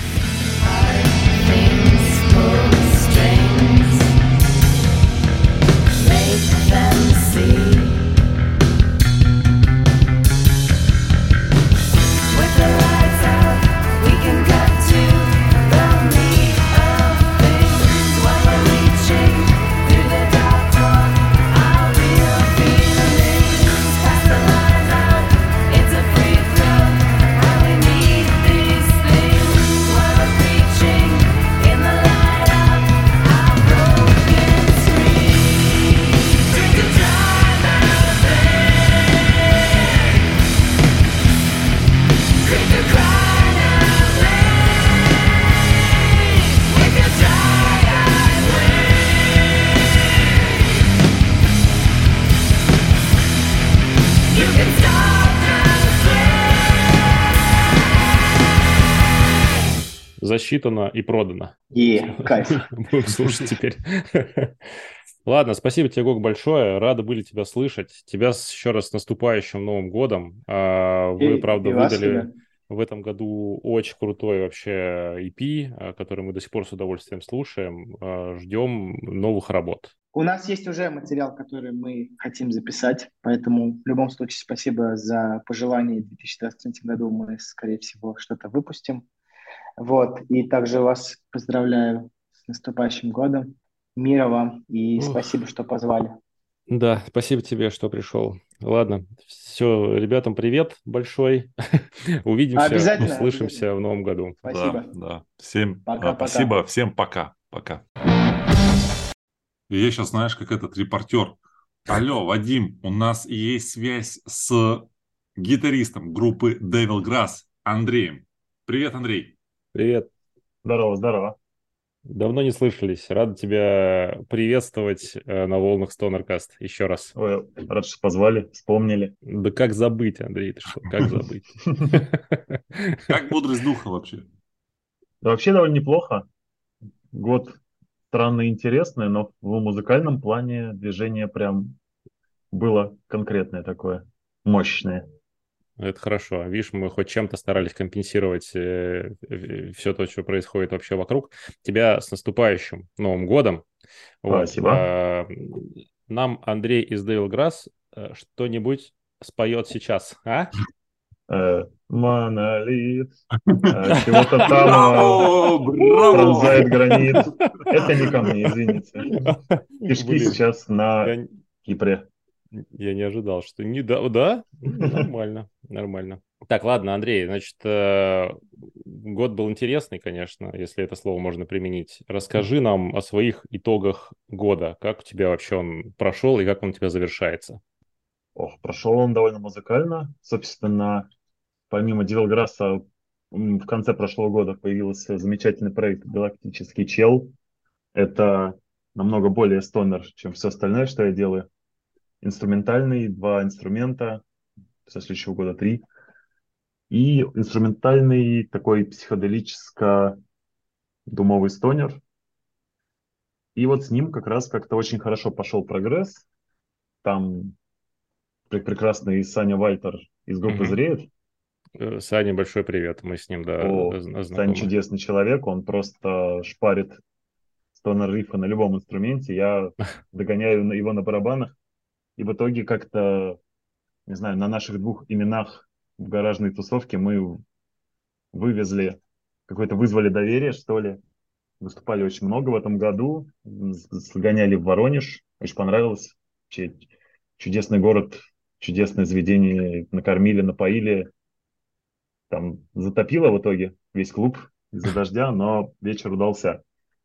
Засчитано и продано.
Е, кайф.
Будем слушать теперь. Ладно, спасибо тебе, Гог, большое. Рады были тебя слышать. Тебя с- еще раз с наступающим Новым годом. А, Вы,
И,
правда,
и вас,
выдали
ребят.
в этом году очень крутой вообще и пи, а, который мы до сих пор с удовольствием слушаем. А, Ждем новых работ.
У нас есть уже материал, который мы хотим записать, поэтому в любом случае спасибо за пожелания. В две тысячи двадцать третьем году мы, скорее всего, что-то выпустим. Вот, и также вас поздравляю с наступающим годом. Мира вам и
Ух.
спасибо, что позвали.
Да, спасибо тебе, что пришел. Ладно, все, ребятам привет большой. Увидимся,
Обязательно,
услышимся
обязательно.
в новом году.
Спасибо.
Да, да. Всем а,
Пока-пока.
спасибо, всем пока. Пока. И я сейчас, знаешь, как этот репортер. Алло, Вадим, у нас есть связь с гитаристом группы Devil Grass Андреем. Привет, Андрей.
Привет.
Здорово, здорово.
Давно не слышались. Рад тебя приветствовать э, на волнах Stonercast еще раз.
Ой, рад, что позвали, вспомнили.
Да как забыть, Андрей, ты что, как забыть?
Как бодрость духа вообще?
Да вообще довольно неплохо. Год странно интересный, но в музыкальном плане движение прям было конкретное такое, мощное.
Это хорошо. Видишь, мы хоть чем-то старались компенсировать э, все то, что происходит вообще вокруг. Тебя с наступающим Новым годом. Вот.
Спасибо.
А, нам Андрей из Devil Grass э, что-нибудь споет сейчас, а?
Э, Монолит, э, чего-то там э,
Браво, браво!
пронзает гранит. Это не ко мне, извините. Кишки
Блин,
сейчас на
я,
Кипре.
я не ожидал, что не да, да? М, Нормально, нормально. Так, ладно, Андрей, значит, э, год был интересный, конечно, если это слово можно применить. Расскажи нам о своих итогах года. Как у тебя вообще он прошел и как он у тебя завершается?
Ох, прошел он довольно музыкально. Собственно, помимо Дилграсса, м, в конце прошлого года появился замечательный проект «Галактический чел». Это намного более стонер, чем все остальное, что я делаю. Инструментальный, два инструмента, со следующего года три. И инструментальный такой психоделическо-думовый стонер. И вот с ним как раз как-то очень хорошо пошел прогресс. Там пр- прекрасный Саня Вальтер из группы
Мгм.
«Зреет».
Э, Сане большой привет, мы с ним, да,
О,
зна-
Саня
знакомы.
чудесный человек, он просто шпарит стонер рифа на любом инструменте. Я догоняю на- его на барабанах. И в итоге как-то, не знаю, на наших двух именах в гаражной тусовке мы вывезли, какое-то вызвали доверие, что ли. Выступали очень много в этом году. С- Сгоняли в Воронеж. Очень понравилось. Вообще чудесный город, чудесное заведение. Накормили, напоили. Там затопило в итоге весь клуб из-за дождя, но вечер удался.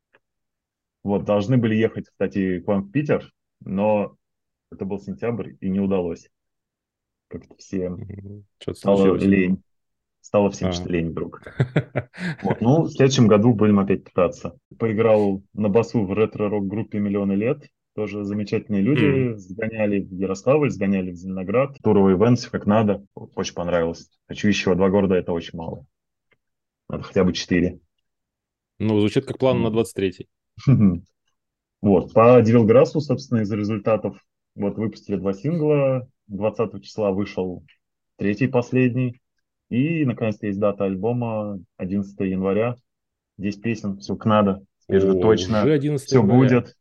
Вот, должны были ехать, кстати, к вам в Питер, но это был сентябрь и не удалось. Как-то всем
Мгм. Что-то
стало
случилось?
лень. Стало всем
А.
что лень вдруг. Вот, ну, в следующем году будем опять пытаться. Поиграл на басу в ретро-рок-группе «Миллионы лет». Тоже замечательные
М.
люди. Сгоняли в Ярославль, сгоняли в Зеленоград. Туровый ивент, все как надо. Очень понравилось. Хочу еще. Два города — это очень мало. Надо хотя бы четыре.
Ну, звучит как план на двадцать третий.
Вот, по Девилграссу, собственно, из результатов, вот, выпустили два сингла, двадцатого числа вышел третий, последний, и, наконец-то, есть дата альбома, одиннадцатого января, десять песен, все как надо, теперь уже
О, уже
точно
одиннадцатого
все
января.
будет,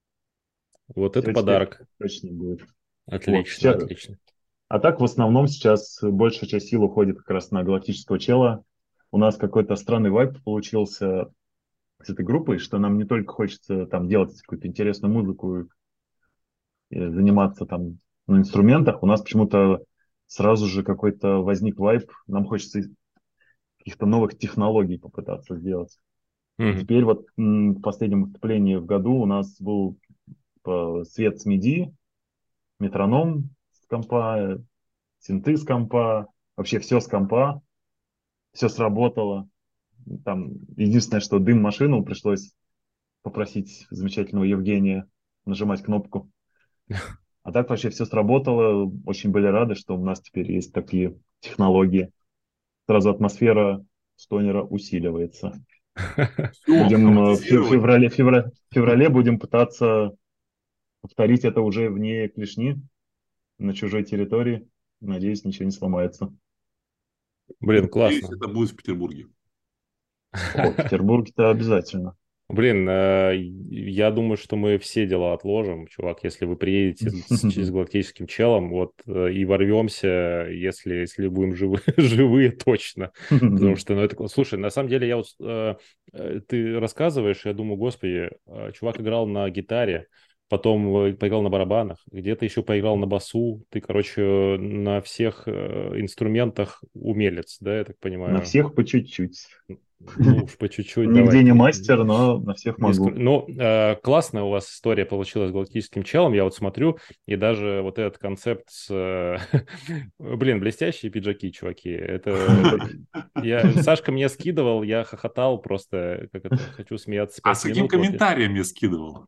Вот это
все теперь
подарок.
точно будет. Вот,
Отлично,
сейчас,
отлично.
а так, в основном, сейчас большая часть сил уходит как раз на галактического чела. У нас какой-то странный вайб получился с этой группой, что нам не только хочется там делать какую-то интересную музыку, э, заниматься там на инструментах, у нас почему-то сразу же какой-то возник вайб, нам хочется из- каких-то новых технологий попытаться сделать. И
Мгм.
теперь вот м, в последнем выступлении в году у нас был э, свет с миди, метроном с компа, э, синты с компа, вообще все с компа, все сработало. Там единственное, что дым машину пришлось попросить замечательного Евгения нажимать кнопку. А так вообще все сработало. Очень были рады, что у нас теперь есть такие технологии. Сразу атмосфера стонера усиливается.
Все,
Будем э, в фе-
автоматизировать.
феврале, феврале, феврале будем пытаться повторить это уже вне клешни, на чужой территории. Надеюсь, ничего не сломается.
Блин,
Надеюсь,
классно.
это будет в Петербурге.
О, Петербург-то обязательно.
Блин, э, я думаю, что мы все дела отложим, чувак, если вы приедете с, с галактическим челом, вот, э, и ворвемся, если, если будем живы, живые, точно. Потому что, ну, это... кла- Слушай, на самом деле, я вот... э, э, ты рассказываешь, я думаю, господи, э, чувак играл на гитаре, потом э, поиграл на барабанах, где-то еще поиграл на басу. Ты, короче, на всех э, инструментах умелец, да, я так
На
понимаю?
всех по чуть-чуть.
Ну уж по чуть-чуть
Нигде
давай.
не
Не-
мастер, но на всех
не скру-
могу.
Ну, э, классная у вас история получилась с галактическим челом. Я вот смотрю, и даже вот этот концепт с... э, Блин, блестящие пиджаки, чуваки. Это... Я... Сашка мне скидывал, я хохотал просто, как это, хочу смеяться
А
пять
с каким
минут. Вот я,
комментарием мне скидывал?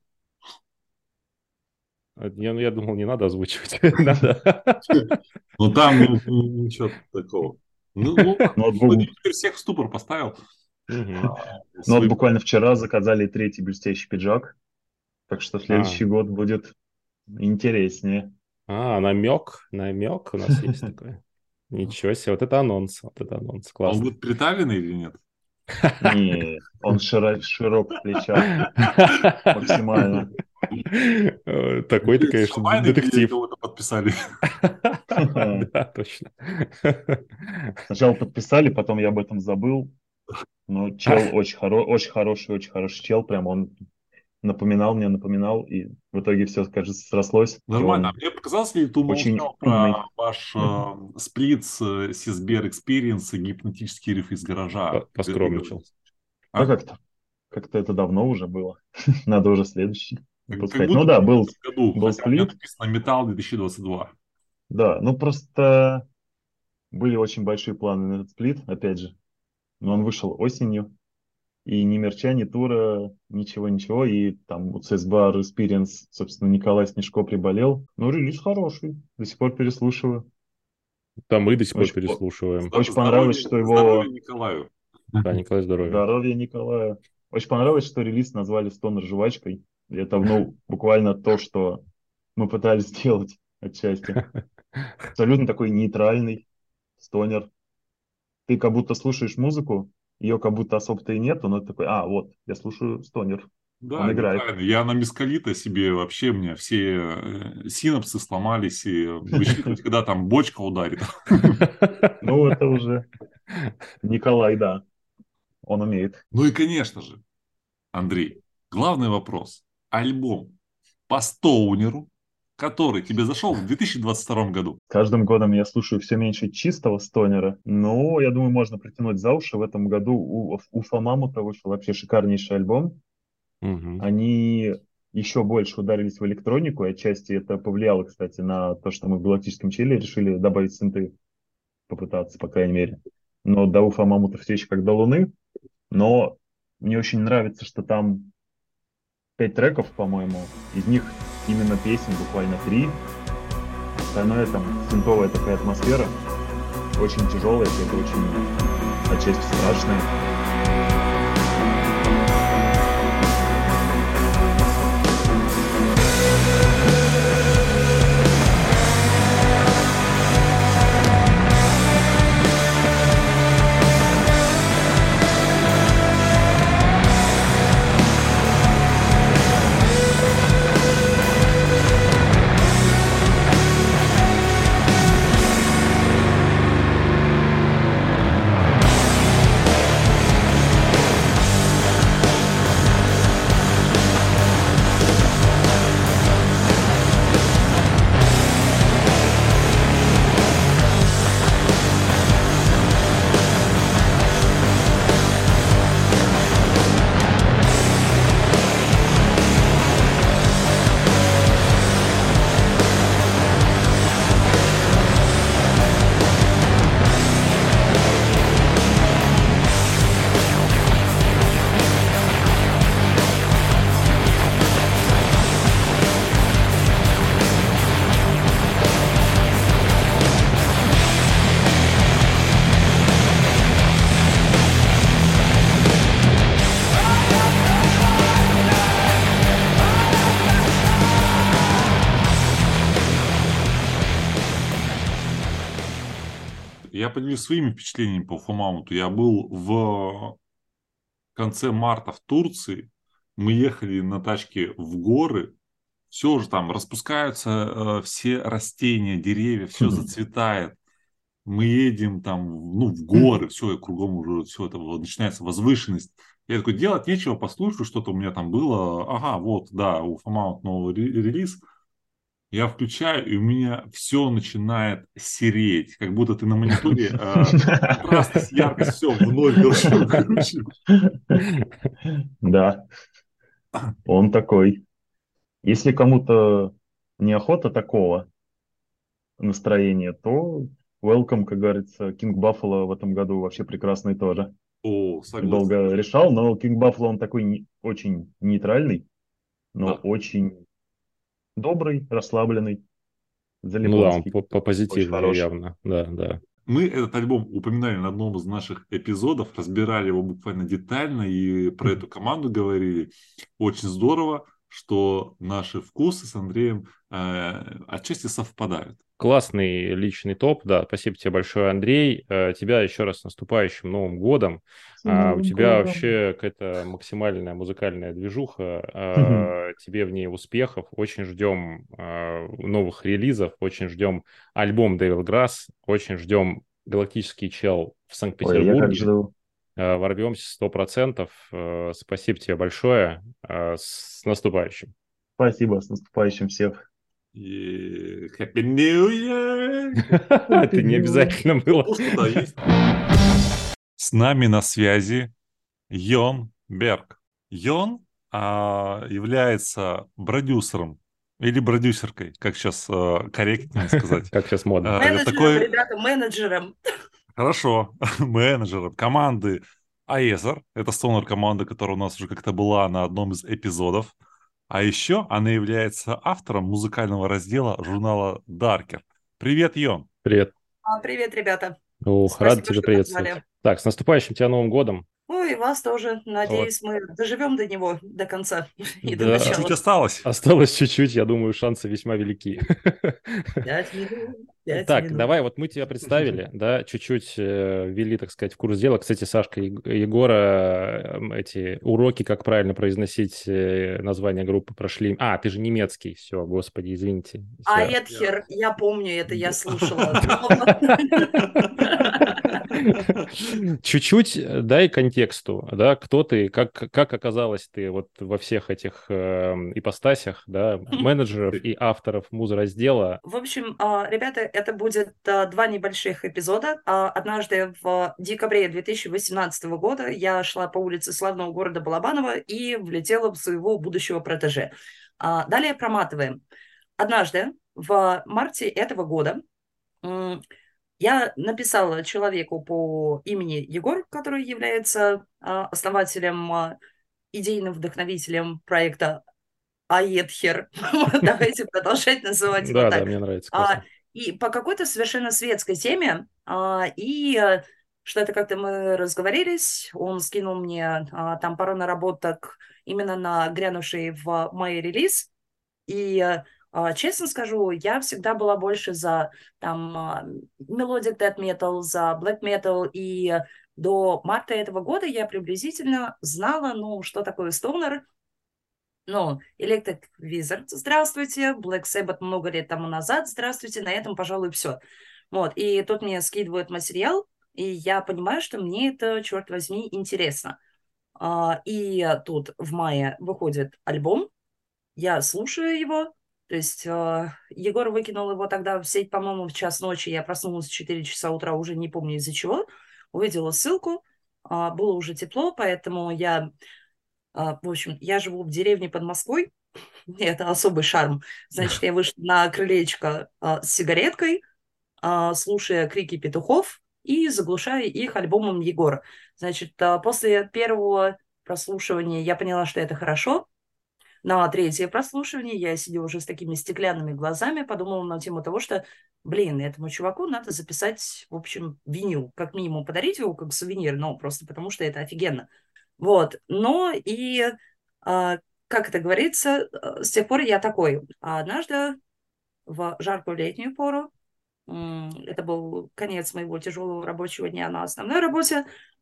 я, ну, я думал, не надо озвучивать. Надо.
Ну там ну, ну, ничего такого. Ну, ну, ладно,
Ну вот,
ну,
бу-
теперь всех в ступор поставил.
Мгм.
А,
ну вот
своим-
буквально вчера заказали третий блестящий пиджак, так что
А,
следующий год будет интереснее.
а, намек, намек у нас есть такой. Ничего себе, вот это анонс, вот это анонс,
Он
классно.
будет приталенный или нет?
Не, он широ- широк в плечах максимально.
Э, Такой-то,
Или
конечно,
Шамайны, где
детектив.
кого-то подписали.
Да, точно.
Сначала подписали, потом я об этом забыл. Но чел очень, хоро- очень хороший, очень хороший чел. Прям он напоминал мне, напоминал. И в итоге все, кажется, срослось. И
Нормально. А
он
мне показалось, ли ты
очень
умолчал
умный.
про ваш э, сплит с э, Сисбер Experience и гипнотический риф из гаража?
По- Поскромничал.
Да
А?
как-то. Как-то это давно уже было. Надо уже следующий
Как, как
выпускать.
будто
Ну да,
в
был,
этом году,
был
хотя у меня
сплит.
написано Металл две тысячи двадцать два.
Да, ну просто были очень большие планы на этот сплит, опять же. Но он вышел осенью. И ни мерча, ни тура, ничего-ничего. И там у си эс Bar Experience, собственно, Николай Снежко приболел. Но релиз хороший. До сих пор переслушиваю.
Там мы до сих пор
Очень,
переслушиваем.
очень понравилось, что его...
Здоровья Николаю.
Да, Николай, здоровья.
Здоровье Николая. Очень понравилось, что релиз назвали «Стонер жвачкой». И это, ну, буквально то, что мы пытались сделать отчасти. Абсолютно такой нейтральный стонер. Ты как будто слушаешь музыку, ее как будто особо-то и нету, но ты такой, а, вот, я слушаю стонер.
Да,
Он играет.
неправильно. Я на мескалита себе вообще, мне все э, синапсы сломались, и высчитывать, когда там бочка ударит.
Ну, это уже Николай, да. Он умеет.
Ну и, конечно же, Андрей, главный вопрос. Альбом по Стоунеру, который тебе зашел в две тысячи двадцать втором году.
С каждым годом я слушаю все меньше чистого стонера. Но, я думаю, можно притянуть за уши. В этом году у Уфа Мамута вышел вообще шикарнейший альбом.
Мгм.
Они еще больше ударились в электронику, и отчасти это повлияло, кстати, на то, что мы в галактическом чиле решили добавить синты, попытаться, по крайней мере. Но до Уфа Мамута все еще как до Луны. Но мне очень нравится, что там пять треков, по-моему. Из них именно песен буквально три. Остальное там синтовая такая атмосфера. Очень тяжелая, это очень отчасти страшная.
Я поделюсь своими впечатлениями по Уфамамуту. Я был в конце марта в Турции. Мы ехали на тачке в горы, все уже там распускаются э, все растения, деревья, все зацветает. Мы едем там, ну, в горы, все, и кругом уже все это вот начинается возвышенность. Я такой, делать нечего, послушаю, что-то у меня там было. Ага, вот, да, у Фомаут новый ре- релиз. Я включаю, и у меня все начинает сереть, как будто ты на мониторе э, контрастность, яркость, все вновь должно включить.
Да, он такой. Если кому-то неохота такого настроения, то welcome, как говорится, King Buffalo в этом году вообще прекрасный тоже.
О, согласен.
Долго решал, но King Buffalo он такой не- очень нейтральный, но
Да.
очень добрый, расслабленный,
Ну да, он
залипанский.
по, по
Очень
позитивнее
хороший.
явно. Да, да.
Мы этот альбом упоминали на одном из наших эпизодов, разбирали его буквально детально и про эту команду говорили. Очень здорово, что наши вкусы с Андреем э, отчасти совпадают.
Классный личный топ, да, спасибо тебе большое, Андрей. Э, Тебя еще раз с наступающим Новым годом.
С
А, У
Новым
тебя
годом.
вообще какая-то максимальная музыкальная движуха, а, тебе в ней успехов. Очень ждем а, новых релизов, очень ждем альбом Devil Grass, очень ждем Галактический чел в
Ой, я как
Санкт-Петербурге.
жду.
Э, Ворвемся сто процентов. Э, Спасибо тебе большое. Э, С наступающим.
Спасибо, с наступающим всех.
И Happy New Year!
Это не обязательно было.
Ну, что-то есть. С нами на связи Йон Берг. Йон а, является продюсером или продюсеркой, как сейчас а, корректнее сказать.
Как сейчас модно.
А,
Менеджером,
такой,
ребята, менеджером.
хорошо, менеджером команды Aether. Это стонер команда, которая у нас уже как-то была на одном из эпизодов. А еще она является автором музыкального раздела журнала Darker. Привет, Йон.
Привет.
А, Привет, ребята.
Ух,
Спасибо,
рад тебя
что
приветствовать.
позвали.
Так, с наступающим тебя Новым годом.
Ну и вас тоже. Надеюсь, мы доживем до него, до конца и до
Да.
Чуть
начала.
осталось.
Осталось чуть-чуть, я думаю, шансы весьма велики.
Пять минут, пять
Так,
минут.
давай, вот мы тебя представили, да, чуть-чуть э, ввели, так сказать, в курс дела. Кстати, Сашка и Егора э, эти уроки, как правильно произносить э, название группы, прошли. А, ты же немецкий, все, господи, извините.
А
Всё.
Эдхер, я помню это, я слушала.
Чуть-чуть э, дай контексту, да, кто ты, как, как оказалась ты вот во всех этих э, ипостасях, да, менеджеров и авторов музраздела.
В общем, а, ребята, это будет а, два небольших эпизода. А, Однажды в декабре две тысячи восемнадцатого года я шла по улице славного города Балабаново и влетела в своего будущего протеже. А, Далее проматываем. Однажды в марте этого года м, я написала человеку по имени Егор, который является а, основателем, а, идейным вдохновителем проекта Аетхер. Давайте продолжать называть его
Да,
так.
да, мне нравится,
А,
классно.
И по какой-то совершенно светской теме. а, И э, что-то как-то мы разговорились. Он скинул мне а, там пару наработок именно на грянувший в мае релиз. И э, а, честно скажу, я всегда была больше за там а, melodic death metal, за black metal. И э, до марта этого года я приблизительно знала, ну, что такое стонер. Ну, Electric Wizard, здравствуйте, Black Sabbath много лет тому назад, здравствуйте, на этом, пожалуй, все. Вот, и тут мне скидывают материал, и я понимаю, что мне это, черт возьми, интересно. А, И тут в мае выходит альбом, я слушаю его, то есть э, Егор выкинул его тогда в сеть, по-моему, в час ночи, я проснулась в четыре часа утра, уже не помню из-за чего, увидела ссылку, а, было уже тепло, поэтому я... А, В общем, я живу в деревне под Москвой, это особый шарм. Значит, я вышла на крылечко а, с сигареткой, а, слушая крики петухов и заглушая их альбомом Егора. Значит, а, после первого прослушивания я поняла, что это хорошо. На третье прослушивание я сидела уже с такими стеклянными глазами, подумала на тему того, что, блин, этому чуваку надо записать, в общем, винил, как минимум подарить его как сувенир, но просто потому что это офигенно. Вот, но и, а, как это говорится, а, с тех пор я такой. А однажды в жаркую летнюю пору, м, это был конец моего тяжелого рабочего дня на основной работе,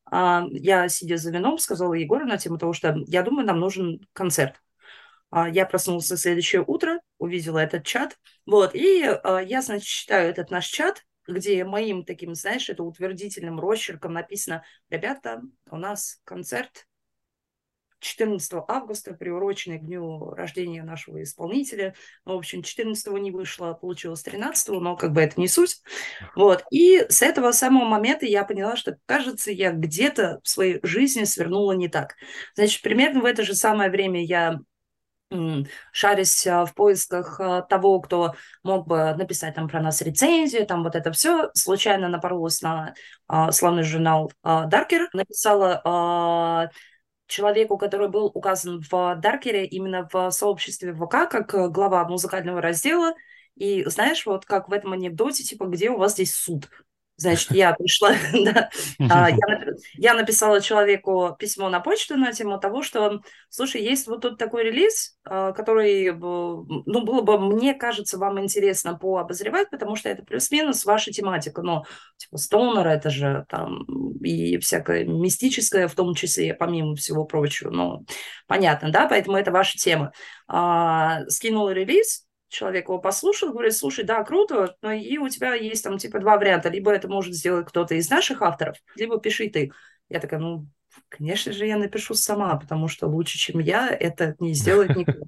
а, я, сидя за вином, сказала Егору на тему того, что я думаю, нам нужен концерт. А, Я проснулась на следующее утро, увидела этот чат, вот, и а, я, значит, читаю этот наш чат, где моим таким, знаешь, это утвердительным росчерком написано: ребята, у нас концерт четырнадцатого августа, приуроченный к дню рождения нашего исполнителя. Ну, в общем, четырнадцатого не вышло, получилось тринадцатого, но как бы это не суть. Вот. И с этого самого момента я поняла, что, кажется, я где-то в своей жизни свернула не так. Значит, примерно в это же самое время я м, шарясь а, в поисках а, того, кто мог бы написать там про нас рецензию, там вот это все, случайно напоролась на а, славный журнал а, Даркер, написала а, человеку, который был указан в Даркере именно в сообществе ВК как э, глава музыкального раздела. И знаешь, вот как в этом анекдоте, типа, где у вас здесь суд? Значит, я пришла, да, а, я, напи- я написала человеку письмо на почту на тему того, что, слушай, есть вот тут такой релиз, а, который, э, ну, было бы, мне кажется, вам интересно пообозревать, потому что это плюс-минус ваша тематика, но, типа, Стоунер, это же там и всякое мистическое, в том числе, помимо всего прочего, ну, понятно, да, поэтому это ваша тема. А, скинула релиз, человек его послушал, говорит: слушай, да, круто, но и у тебя есть там типа два варианта. Либо это может сделать кто-то из наших авторов, либо пиши ты. Я такая: ну, конечно же, я напишу сама, потому что лучше, чем я, это не сделает никто.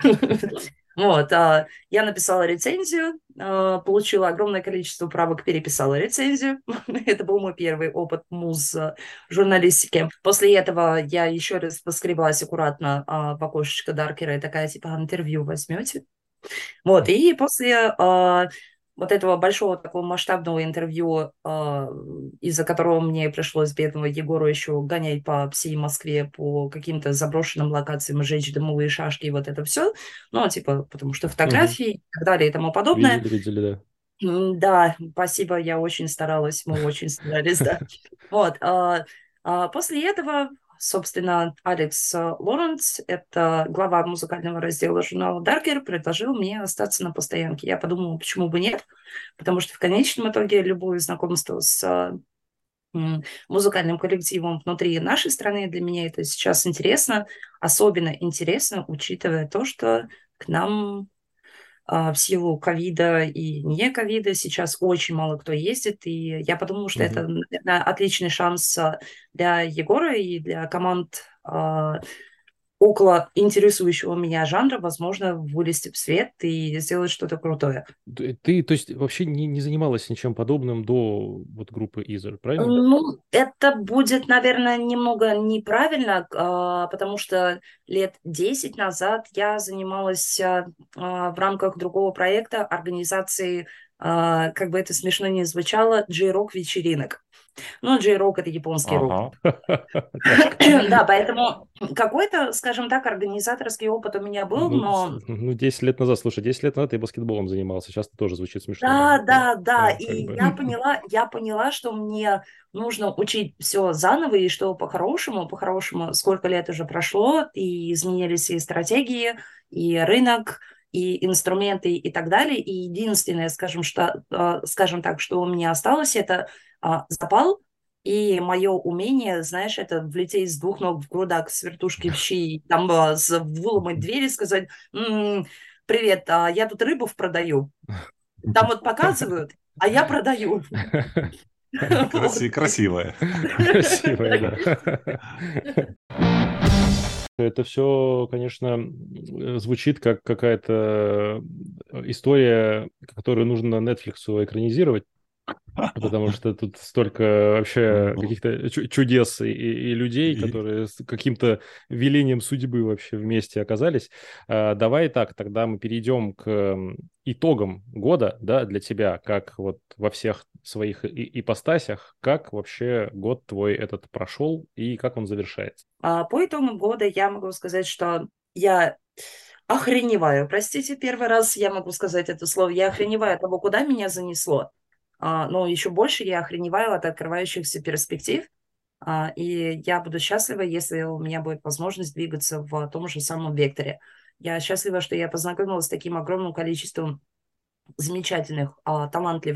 Вот, а, я написала рецензию, а, получила огромное количество правок, переписала рецензию. Это был мой первый опыт муз-журналистики. После этого я еще раз поскреблась аккуратно а, в окошечко Даркера и такая, типа: «А интервью возьмете?» Вот, и после а, вот этого большого такого масштабного интервью, а, из-за которого мне пришлось бедного Егору еще гонять по всей Москве по каким-то заброшенным локациям, жечь дымовые шашки и вот это все, ну, типа, потому что
Мгм.
фотографии и так далее и тому подобное.
Видели, видели, да.
М, Да, спасибо, я очень старалась, мы очень старались, да. Вот, а, а после этого, собственно, Алекс а, Лоренс, это глава музыкального раздела журнала Darker, предложил мне остаться на постоянке. Я подумала, почему бы нет, потому что в конечном итоге любое знакомство с а, м, музыкальным коллективом внутри нашей страны для меня это сейчас интересно, особенно интересно, учитывая то, что к нам а, в силу ковида и не ковида сейчас очень мало кто ездит, и я подумала, что это,
Мгм.
наверное, отличный шанс а, для Егора и для команд а, около интересующего меня жанра, возможно, вылезти в свет и сделать что-то крутое.
Ты, ты, то есть, вообще не, не занималась ничем подобным до вот группы Изер, правильно?
Ну, это будет, наверное, немного неправильно, а, потому что лет десять назад я занималась а, а, в рамках другого проекта организации, а, как бы это смешно ни звучало, джей-рок вечеринок. Ну, джей-рок — это японский рок.
Ага.
Так.
Да, поэтому какой-то, скажем так, организаторский опыт у меня был,
Ну, с-
но
ну, десять лет назад, слушай, десять лет назад я баскетболом занимался, сейчас это тоже звучит смешно.
да,
Ну,
да, да,
ну, как
и
бы.
я поняла, я поняла, что мне нужно учить все заново, и что по-хорошему, по-хорошему, сколько лет уже прошло, и изменились и стратегии, и рынок, и инструменты, и так далее. И единственное, скажем, что, э, скажем так, что у меня осталось, это а, запал и мое умение, знаешь, это влететь с двух ног в грудак с вертушки в щи, там а, с- выломать двери, сказать: «М, привет, а я тут рыбу продаю». Там вот показывают, а я продаю. Вот.
Краси- Красивая.
Красивая, да. Это все, конечно, э, звучит как какая-то э, история, которую нужно Netflix экранизировать, потому что тут столько вообще
Ну,
каких-то чу- чудес и, и- и людей,
и-
которые с каким-то велением судьбы вообще вместе оказались. А, давай так, тогда мы перейдем к м, итогам года, да, для тебя, как вот во всех своих и- ипостасях, как вообще год твой этот прошел и как он завершается.
А по итогам года я могу сказать, что я охреневаю. Простите, первый раз я могу сказать это слово. Я охреневаю от того, куда меня занесло. А, но еще больше я охреневаю от открывающихся перспектив. А, и я буду счастлива, если у меня будет возможность двигаться в том же самом векторе. Я счастлива, что я познакомилась с таким огромным количеством замечательных, а, талантливых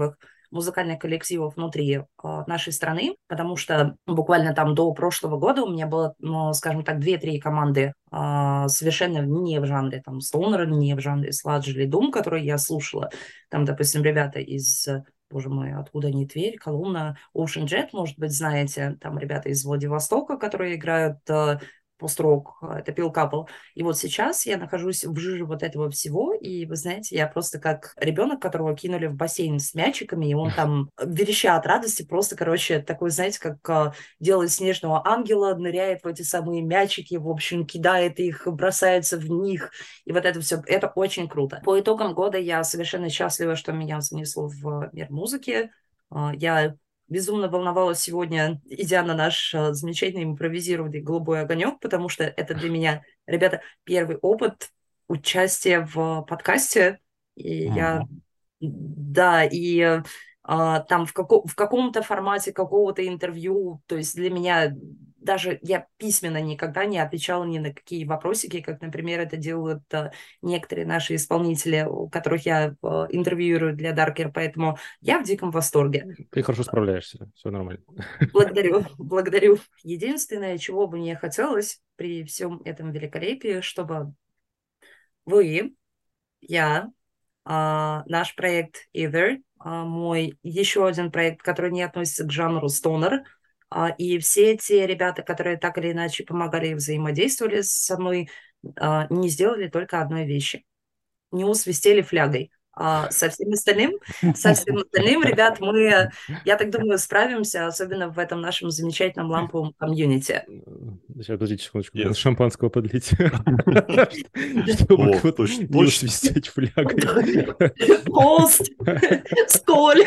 музыкальных коллективов внутри а, нашей страны, потому что буквально там до прошлого года у меня было, ну, скажем так, две-три команды а, совершенно не в жанре там стоунера, не в жанре сладж или дум, которые я слушала. Там, допустим, ребята из, боже мой, откуда они, Тверь, Коломна, Ocean Jet, может быть, знаете, там ребята из Владивостока, которые играют а, пост-рок, это Pale Couple. И вот сейчас я нахожусь в жиже вот этого всего, и вы знаете, я просто как ребенок, которого кинули в бассейн с мячиками, и он там, вереща от радости, просто, короче, такой, знаете, как а, делает снежного ангела, ныряет в эти самые мячики, в общем, кидает их, бросается в них, и вот это все, это очень круто. По итогам года я совершенно счастлива, что меня занесло в мир музыки. А, Я безумно волновалась сегодня, идя на наш а, замечательный импровизированный «Голубой огонек», потому что это для меня, ребята, первый опыт участия в подкасте. И я,
Мгм.
да, и а, там в, како- в каком-то формате какого-то интервью, то есть для меня даже я письменно никогда не отвечала ни на какие вопросики, как, например, это делают а, некоторые наши исполнители, у которых я а, интервьюирую для Даркер, поэтому я в диком восторге.
Ты хорошо справляешься, все нормально.
Благодарю, благодарю. Единственное, чего бы мне хотелось при всем этом великолепии, чтобы вы, я, а, наш проект Either, а, мой еще один проект, который не относится к жанру стонер, а, и все те ребята, которые так или иначе помогали и взаимодействовали со мной, а, не сделали только одной вещи. Не усвистели флягой. А со всем остальным, со всем остальным, ребят, мы, я так думаю, справимся, особенно в этом нашем замечательном ламповом комьюнити.
Сейчас, подождите секундочку, надо
Yes.
шампанского подлить. Чтобы
О,
вот
точно,
не
точно.
усвистеть флягой.
Пост, сколь.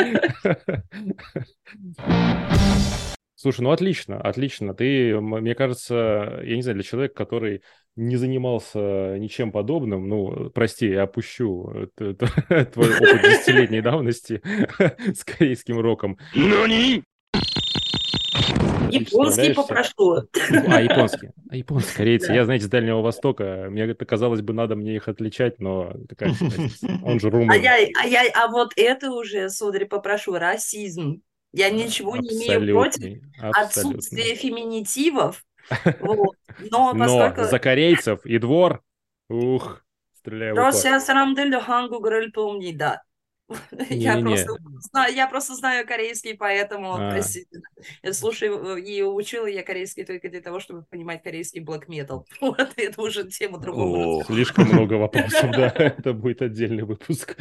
Слушай, ну отлично, отлично. Ты, м- мне кажется, я не знаю, для человека, который не занимался ничем подобным, ну, прости, я опущу т- т- твой опыт десятилетней давности с корейским роком. Отлично
Японский
справляешься.
попрошу.
Яп- А, японский. А, японский, корейцы.
Да.
Я, знаете, с Дальнего Востока. Мне это казалось бы, надо мне их отличать, но какая же разница? Он же
А
румын.
я, а я, а вот это уже, сударь, попрошу, расизм. Я ничего не имею против
Абсолютный,
отсутствия
абсолютный.
феминитивов, вот. Но
Но
поскольку
за корейцев и двор, ух, стреляю в упор.
Россия срамдель хангугрель помнида. Я
Не-не-не.
просто знаю, я просто знаю корейский, поэтому,
А,
простите. Я слушаю э, и учила я корейский только для того, чтобы понимать корейский black metal. Вот это уже тема другого разговора.
Ох.
слишком много вопросов, да, это будет отдельный выпуск.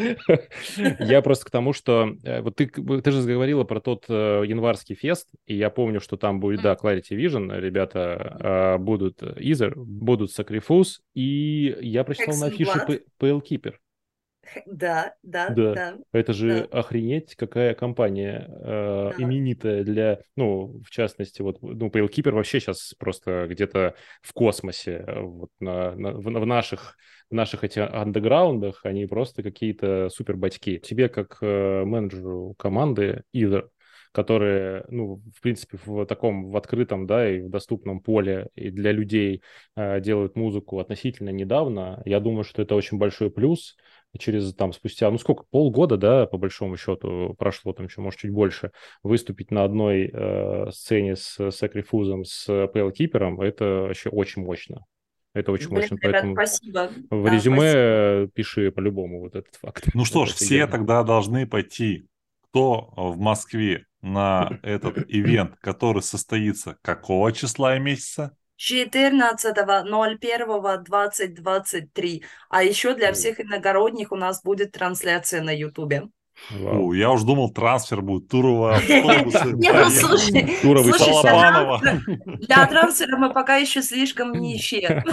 Я просто к тому, что э, вот ты, к- вы- ты же говорила про тот э, январский фест, и я помню, что там будет, да, Clarity Vision, ребята э, будут Ether, будут Sacrifice, и я прочитал на
Hex and
афише
Blood.
П- Pale Keeper.
Да, да,
Да,
да,
это же
да,
охренеть, какая компания э,
да.
именитая для, ну, в частности, вот, ну, Pale Keeper вообще сейчас просто где-то в космосе, э, вот на, на- в, в наших, в наших этих андеграундах они просто какие-то супер батьки. Тебе как э, менеджеру команды Either, которые, ну, в принципе, в таком, в открытом, да, и в доступном поле и для людей э, делают музыку относительно недавно, я думаю, что это очень большой плюс. Через там спустя, ну сколько, полгода, да, по большому счету прошло, там еще, может, чуть больше, выступить на одной э, сцене с Sacrifice, с Pale Keeper, это вообще очень мощно. Это очень
Блин,
мощно,
ребят,
поэтому
спасибо.
в
Да,
резюме
спасибо.
э, пиши по-любому вот этот факт.
Ну что ж,
Это
все
офигенно.
тогда должны пойти. Кто в Москве на этот ивент, который состоится какого числа и месяца?
четырнадцатого ноль первого двадцать двадцать три. А еще для
О,
всех иногородних у нас будет трансляция на Ютубе.
вау.
Фу, я уж думал, трансфер будет. Туровые автобусы
Не, ну
поедут.
слушай,
Туровый
слушай, для
Салапанова.
Салапанова.
транс- для трансфера мы пока еще слишком нищие.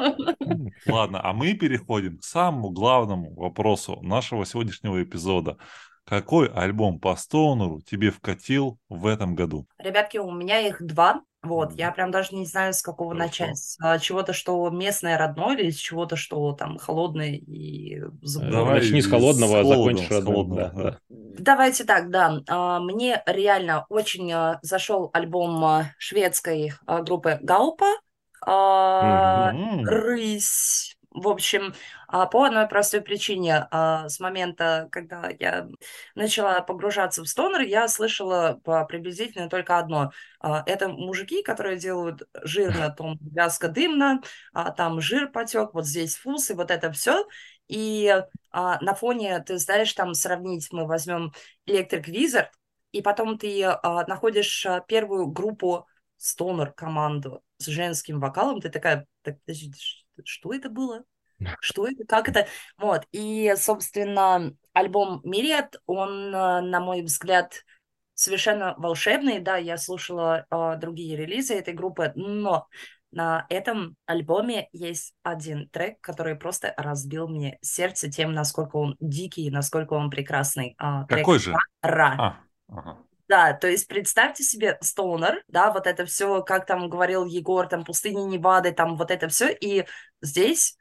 Ладно, а мы переходим к самому главному вопросу нашего сегодняшнего эпизода. Какой альбом по Стоунеру тебе вкатил в этом году?
Ребятки, у меня их два. Вот,
Мгм.
я прям даже не знаю, с какого
Хорошо.
начать. С а, чего-то, что местное, родное, или с чего-то, что там холодное и
Э,
забытое.
Давай
Начни с
с
холодного, а
холодного,
закончишь
с
родным.
холодного,
Да,
да.
да.
Давайте так, да. А, Мне реально очень а, зашел альбом а, шведской а, группы Гаупа. А,
М.
Рысь. В общем, а, по одной простой причине, а, с момента, когда я начала погружаться в стонер, я слышала по- приблизительно только одно. А, Это мужики, которые делают жирно, там вязко дымно, а, там жир потек, вот здесь вкус, и вот это все. И а, на фоне, ты знаешь, там сравнить, мы возьмем Electric Wizard, и потом ты а, находишь а, первую группу стонер команду с женским вокалом, ты такая, так, подожди, ш- что это было? Что это? Как это? Вот. И, собственно, альбом «Мириад», он, э, на мой взгляд, совершенно волшебный. Да, я слушала э, другие релизы этой группы, но на этом альбоме есть один трек, который просто разбил мне сердце тем, насколько он дикий, насколько он прекрасный. А, трек
Какой же?
«Ра».
А, ага.
Да, то есть представьте себе стонер, да, вот это все, как там говорил Егор, там пустыни Невады, там вот это все, и здесь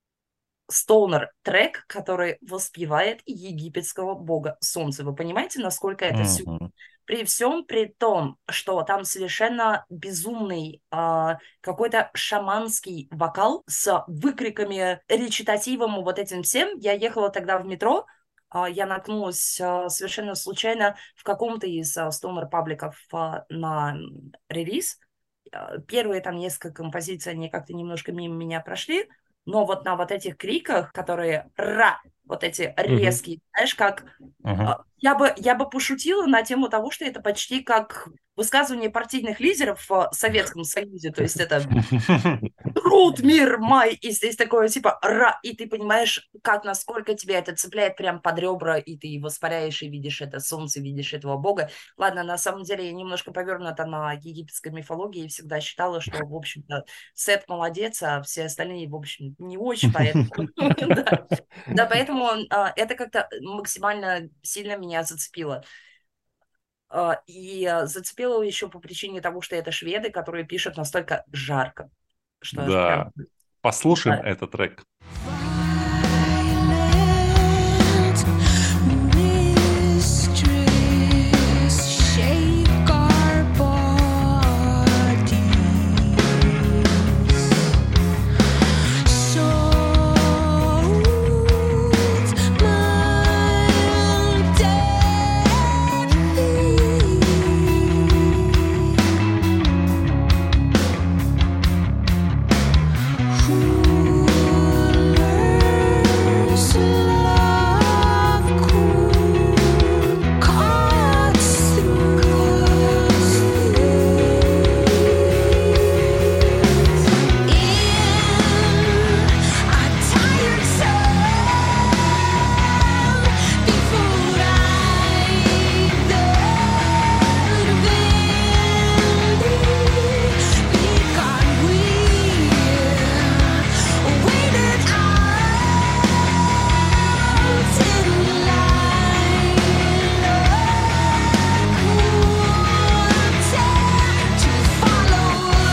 стонер трек, который воспевает египетского бога солнца. Вы понимаете, насколько это сюр?
Мгм.
При всем при том, что там совершенно безумный а, какой-то шаманский вокал с выкриками, речитативом и вот этим всем. Я ехала тогда в метро, а, я наткнулась а, совершенно случайно в каком-то из а, стонер пабликов а, на м, релиз. А, Первые там несколько композиций, они как-то немножко мимо меня прошли, но вот на вот этих криках, которые ра, вот эти
Мгм.
резкие, знаешь, как
Мгм.
а, я бы, я бы пошутила на тему того, что это почти как высказывание партийных лидеров в Советском Союзе. То есть это труд, мир, май, и здесь такое типа ра, и ты понимаешь, как, насколько тебя это цепляет прям под ребра, и ты воспаряешь и видишь это солнце, видишь этого бога. Ладно, на самом деле я немножко повернута на египетской мифологии и всегда считала, что, в общем-то, Сет молодец, а все остальные, в общем, не очень, поэтому... Да. Да, поэтому а, это как-то максимально сильно меня зацепило. А, и а, зацепило еще по причине того, что это шведы, которые пишут настолько жарко, что аж прям...
Да. Послушаем
Да.
этот трек.
Violent mysteries shake our bodies. Souls mild Rulers love cool cuts through in a tired soul before I the because we waited out in line to follow.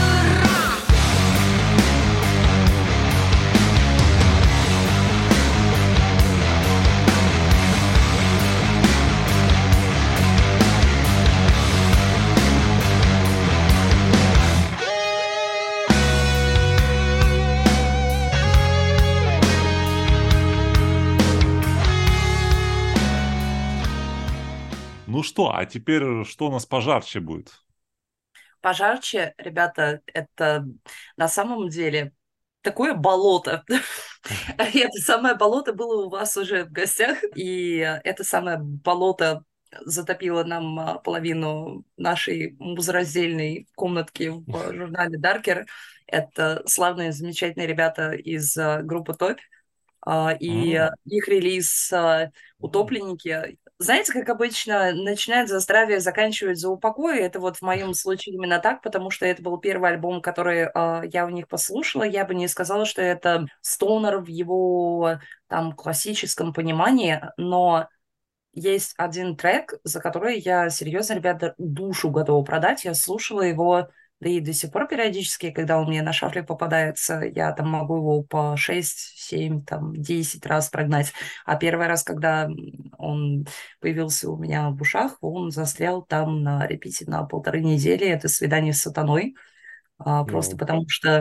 Ну что, а теперь что у нас пожарче будет?
Пожарче, ребята, это на самом деле такое болото. И это самое болото было у вас уже в гостях, и это самое болото затопило нам а, половину нашей музраздельной комнатки в журнале Даркер. Это славные, замечательные ребята из а, группы Топь. А, И
М.
а, их релиз а, «Утопленники». Знаете, как обычно, начинает за здравие, заканчивает за упокой. Это вот в моем случае именно так, потому что это был первый альбом, который а, я у них послушала. Я бы не сказала, что это стонер в его там классическом понимании, но есть один трек, за который я серьезно, ребята, душу готова продать. Я слушала его, да и до сих пор периодически, когда он мне на шафле попадается, я там могу его по шесть, семь, там, десять раз прогнать. А первый раз, когда он появился у меня в ушах, он застрял там на репите на полторы недели. Это «Свидание с сатаной». А, Просто
Ну,
потому что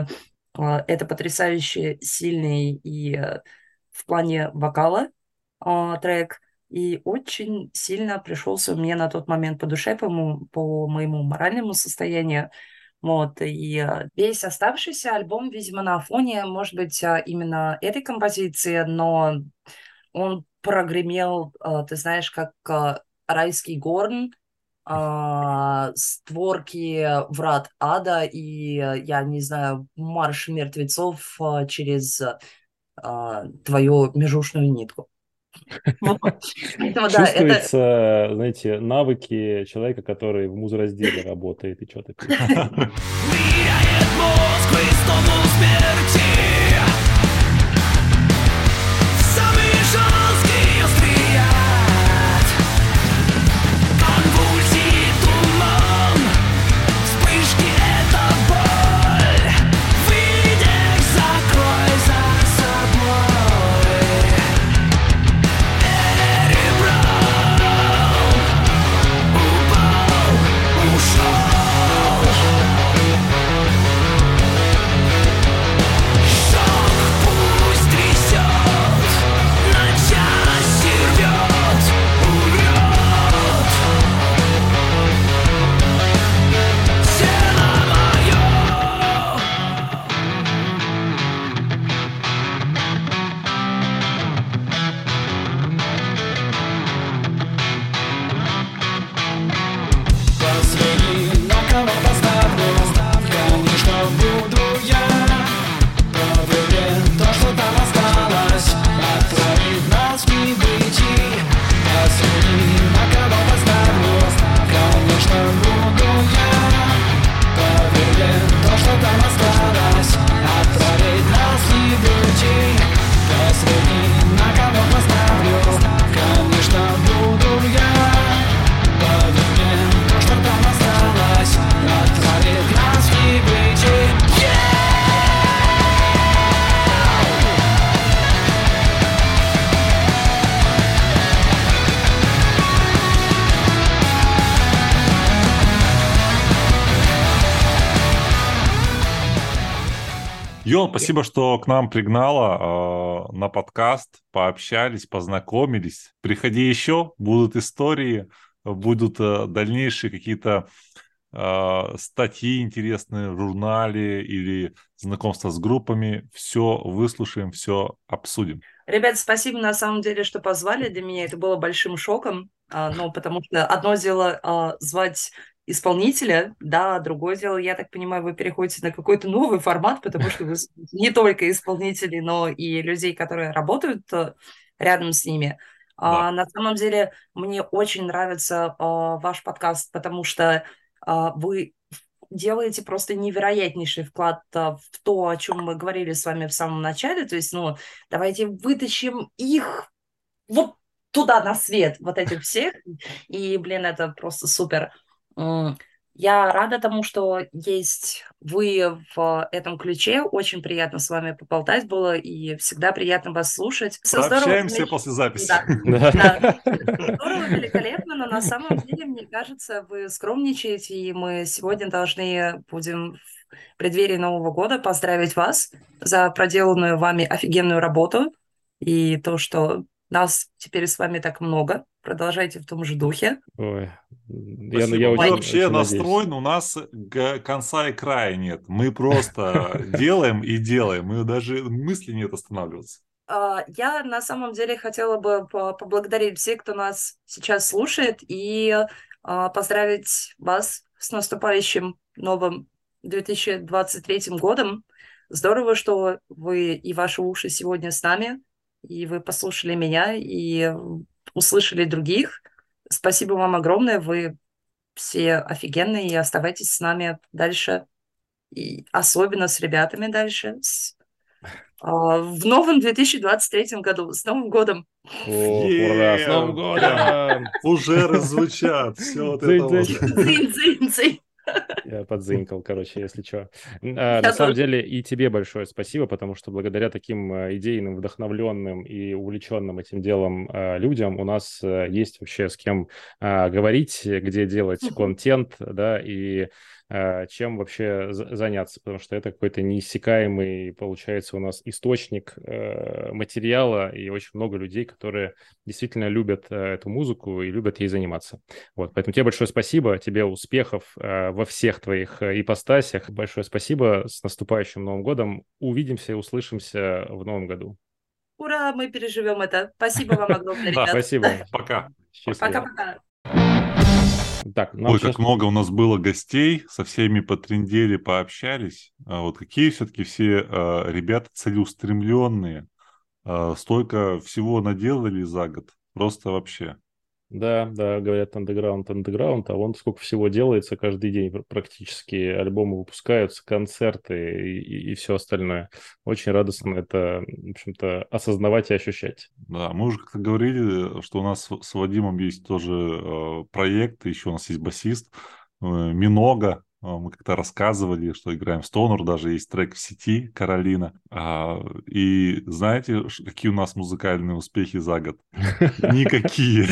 А, Это потрясающе сильный и э, в плане вокала а, трек, и очень сильно пришелся мне на тот момент по душе, по, мо- по моему моральному состоянию. Вот, и э, весь оставшийся альбом, видимо, на фоне, может быть, а, именно этой композиции, но он прогремел, э, ты знаешь, как э, райский горн, а, створки врат ада и, э, я не знаю, марш мертвецов а, через а, твою межушную нитку. Вот. Поэтому, да, это
Чувствуется, знаете, навыки человека, который в музразделе работает и что-то пишет.
Ныряет мозг в истому смерти. Самый жесткий взгляд. Конвульсии, туман. Вспышки — это боль. Выдох, закрой за собой. Перебрал, упал, ушел. Шок пусть трясет, на части рвет, умрет. Тело мое. Посмотри, на кого поставлю. Конечно, буду я. Проверен то, что там осталось. Отправит нас в небытие. Посмотри, на кого поставлю. Конечно, буду я. Проверен то, что там осталось. Отправит нас в небытие. Посмотри, на кого поставлю. Конечно, буду я. Проверен то, что там осталось. Отправит нас в небытие.
Йон, спасибо, что к нам пригнала э, на подкаст, пообщались, познакомились. Приходи еще, будут истории, будут э, дальнейшие какие-то э, статьи интересные в журнале или знакомства с группами. Все выслушаем, все обсудим.
Ребят, спасибо на самом деле, что позвали. Для меня это было большим шоком, а, ну, потому что одно дело а, звать исполнителя, да, а другое дело, я так понимаю, вы переходите на какой-то новый формат, потому что вы не только исполнителей, но и людей, которые работают а, рядом с ними.
Да.
А, на самом деле, мне очень нравится а, ваш подкаст, потому что а, вы делаете просто невероятнейший вклад а, в то, о чем мы говорили с вами в самом начале. То есть, ну, давайте вытащим их вот туда, на свет, вот этих всех. И, блин, это просто супер. М, Я рада тому, что есть вы в этом ключе. Очень приятно с вами поболтать было, и всегда приятно вас слушать. Всё здорово,
Пообщаемся
замеч-
после записи.
Да.
Да.
Здорово, великолепно, но на самом деле, мне кажется, вы скромничаете, и мы сегодня должны будем в преддверии Нового года поздравить вас за проделанную вами офигенную работу и то, что нас теперь с вами так много. Продолжайте в том же духе.
Ой, я,
Спасибо.
я
Мы
очень,
вообще
очень надеюсь.
настроены, у нас г- конца и края нет. Мы просто делаем и делаем. Мы даже мысли нет останавливаться.
А, Я на самом деле хотела бы по- поблагодарить всех, кто нас сейчас слушает, и а, поздравить вас с наступающим новым две тысячи двадцать третьим годом. Здорово, что вы и ваши уши сегодня с нами, и вы послушали меня, и услышали других. Спасибо вам огромное, вы все офигенные, и оставайтесь с нами дальше, и особенно с ребятами дальше, с а, в новом две тысячи двадцать третьем году. С Новым годом!
О, ура, с Новым
Е, прям
годом!
уже раззвучат. Все вот это
Дзынь,
вот.
дзынь.
Дзынь, дзынь, дзынь.
Я подзынькал, короче, если что.
Я
На самом
тоже.
деле и тебе большое спасибо, потому что благодаря таким э, идейным, вдохновленным и увлеченным этим делом э, людям у нас э, есть вообще с кем э, говорить, где делать контент, да, и э, чем вообще за- заняться, потому что это какой-то неиссякаемый, получается, у нас источник э, материала и очень много людей, которые действительно любят э, эту музыку и любят ей заниматься. Вот, поэтому тебе большое спасибо, тебе успехов э, во всех твоих э, ипостасях. Большое спасибо, с наступающим Новым годом. Увидимся и услышимся в Новом году.
Ура, мы переживем это. Спасибо вам огромное,
Да,
ребят.
Спасибо.
Пока.
Счастливо.
Пока-пока.
Так, нам
Ой,
сейчас...
как много у нас было гостей, со всеми потрындели, пообщались. А вот какие все-таки все э, ребята целеустремленные, э, столько всего наделали за год, просто вообще.
Да, да, говорят, андеграунд, андеграунд, а вон сколько всего делается каждый день пр- практически. Альбомы выпускаются, концерты и, и, все остальное. Очень радостно это, в общем-то, осознавать и ощущать.
Да, мы уже как-то говорили, что у нас с с Вадимом есть тоже э, проект, еще у нас есть басист э, Минога. Э, Мы как-то рассказывали, что играем в Stoner, даже есть трек в сети «Каролина». А, и знаете, ш- какие у нас музыкальные успехи за год? Никакие.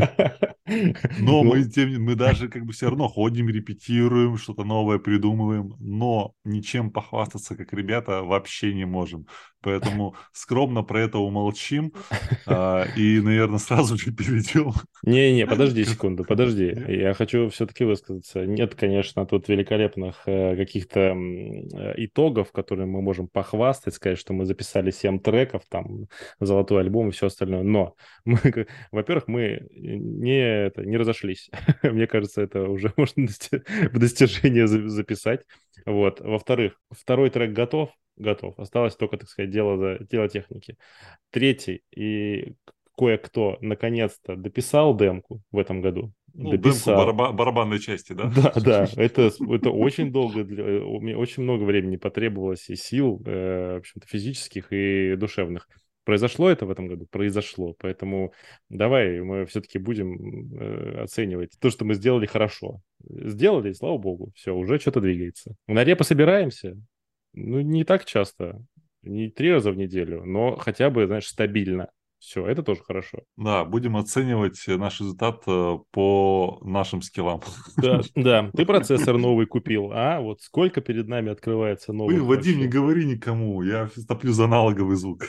Но мы,
Ну,
тем, не- мы даже как бы все равно ходим, репетируем, что-то новое придумываем, но ничем похвастаться, как ребята, вообще не можем. Поэтому скромно про это умолчим а, и, наверное, сразу же перейдем.
не-не, подожди
к-
секунду, подожди.
Нет?
Я хочу все-таки высказаться. Нет, конечно, тут великолепных э, каких-то м, э, итогов, которые мы можем похвастать, сказать, что мы записали семь треков, там, золотой альбом и все остальное. Но, мы, как- во-первых, мы не, это, не разошлись. Мне кажется, это уже можно дости- в достижение за- записать. Вот. Во-вторых, второй трек готов, готов. Осталось только, так сказать, дело, за- дело техники. Третий, и кое-кто наконец-то дописал демку в этом году.
Ну, демку
Дописал.
бараба- барабанной части, да?
Да, да, это, это очень долго, для, у меня очень много времени потребовалось и сил, э, в общем-то, физических и душевных. Произошло это в этом году? Произошло. Поэтому давай мы все-таки будем э, оценивать то, что мы сделали хорошо. Сделали, слава богу, все, уже что-то двигается. На репо собираемся? Ну, не так часто, не три раза в неделю, но хотя бы, знаешь, стабильно. Все, это тоже хорошо.
Да, будем оценивать наш результат э, по нашим скиллам.
Да, да, ты процессор новый купил, а вот сколько перед нами открывается
Вы,
новых
Вадим, не
вообще.
говори никому, я топлю за аналоговый звук.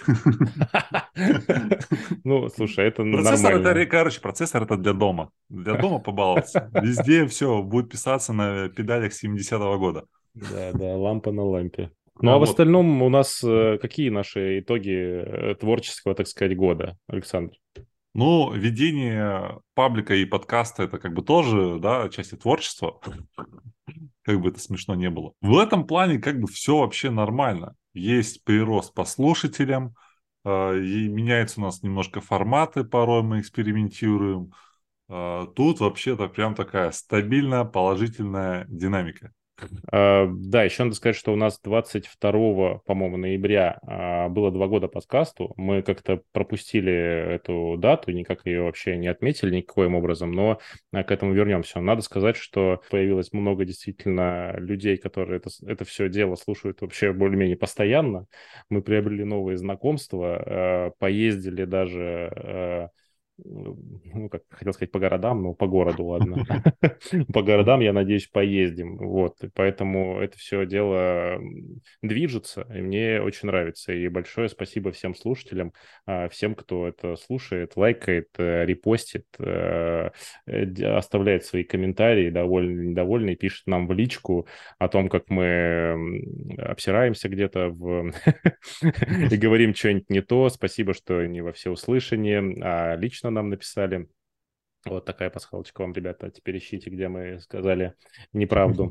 Ну, слушай, это
Процессор это,
нормально.
ре- короче, процессор это для дома. Для дома побаловаться. Везде все будет писаться на педалях семидесятого года.
Да, да, лампа на лампе. Ну,
А
а в
вот.
остальном у нас э, какие наши итоги э, творческого, так сказать, года, Александр?
Ну, ведение паблика и подкаста это как бы тоже, да, части творчества. Как бы это смешно не было. В этом плане как бы все вообще нормально. Есть прирост по слушателям, э, и меняются у нас немножко форматы, порой мы экспериментируем. Э, Тут вообще-то прям такая стабильная, положительная динамика.
А, да, еще надо сказать, что у нас двадцать второго, по-моему, ноября а, было два года подкасту. Мы как-то пропустили эту дату, никак ее вообще не отметили никаким образом, но а, к этому вернемся. Надо сказать, что появилось много действительно людей, которые это, это все дело слушают вообще более-менее постоянно. Мы приобрели новые знакомства, а, поездили даже... а, ну, как хотел сказать, по городам, но по городу, ладно. По городам, я надеюсь, поездим. Вот, и поэтому это все дело м, движется, и мне очень нравится. И большое спасибо всем слушателям, а, всем, кто это слушает, лайкает, э, репостит, э, э, д- оставляет свои комментарии, довольны, недовольны, пишет нам в личку о том, как мы м, обсираемся где-то в... и говорим что-нибудь не то. Спасибо, что не во всеуслышание, а лично нам написали. Вот такая пасхалочка вам, ребята. Теперь ищите, где мы сказали неправду.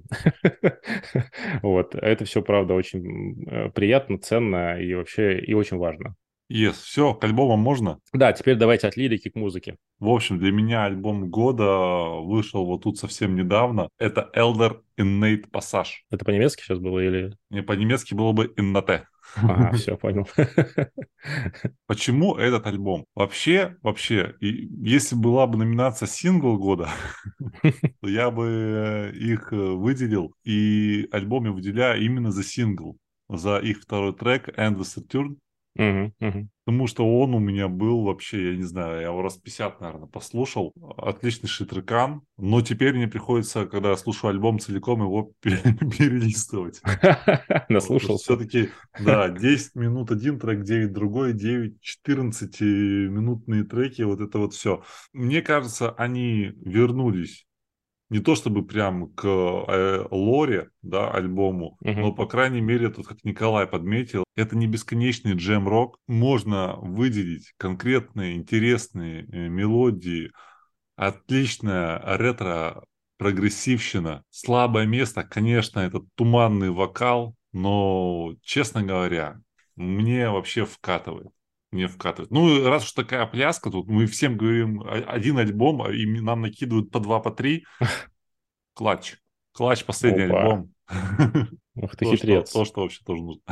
Вот. Это все, правда, очень э, приятно, ценно и вообще и очень важно.
Yes, все, к альбомам можно?
Да, теперь давайте от лирики к музыке.
В общем, для меня альбом года вышел вот тут совсем недавно. Это Elder Innate Passage.
Это по-немецки сейчас было или...
Не по-немецки было бы Innate.
Ага, все, понял.
Почему этот альбом? Вообще, вообще, и если была бы номинация сингл года, то я бы э, их э, выделил, и альбом я выделяю именно за сингл, за их второй трек Endless Return.
Мгм, мгм.
Потому что он у меня был вообще, я не знаю, я его раз пятьдесят, наверное, послушал. Отличный шитрекан. Но теперь мне приходится, когда я слушаю альбом целиком, его пере- перелистывать. Вот, потому что
Наслушался.
все-таки, да, десять минут один трек, девять другой, девять, четырнадцатиминутные треки, вот это вот все. Мне кажется, они вернулись не то чтобы прям к э, лоре, да, альбому, но,
Мгм.
по крайней мере, тут, как Николай подметил, это не бесконечный джем-рок. Можно выделить конкретные интересные э, мелодии, отличная ретро-прогрессивщина. Слабое место, конечно, это туманный вокал, но, честно говоря, мне вообще вкатывает. Мне вкатывает. Ну, раз уж такая пляска, тут мы всем говорим о- один альбом, а и нам накидывают по два, по три. Клатч. Клатч, последний
Опа.
альбом.
Ух ты,
То, что, то,
хитрец.
что вообще тоже нужно.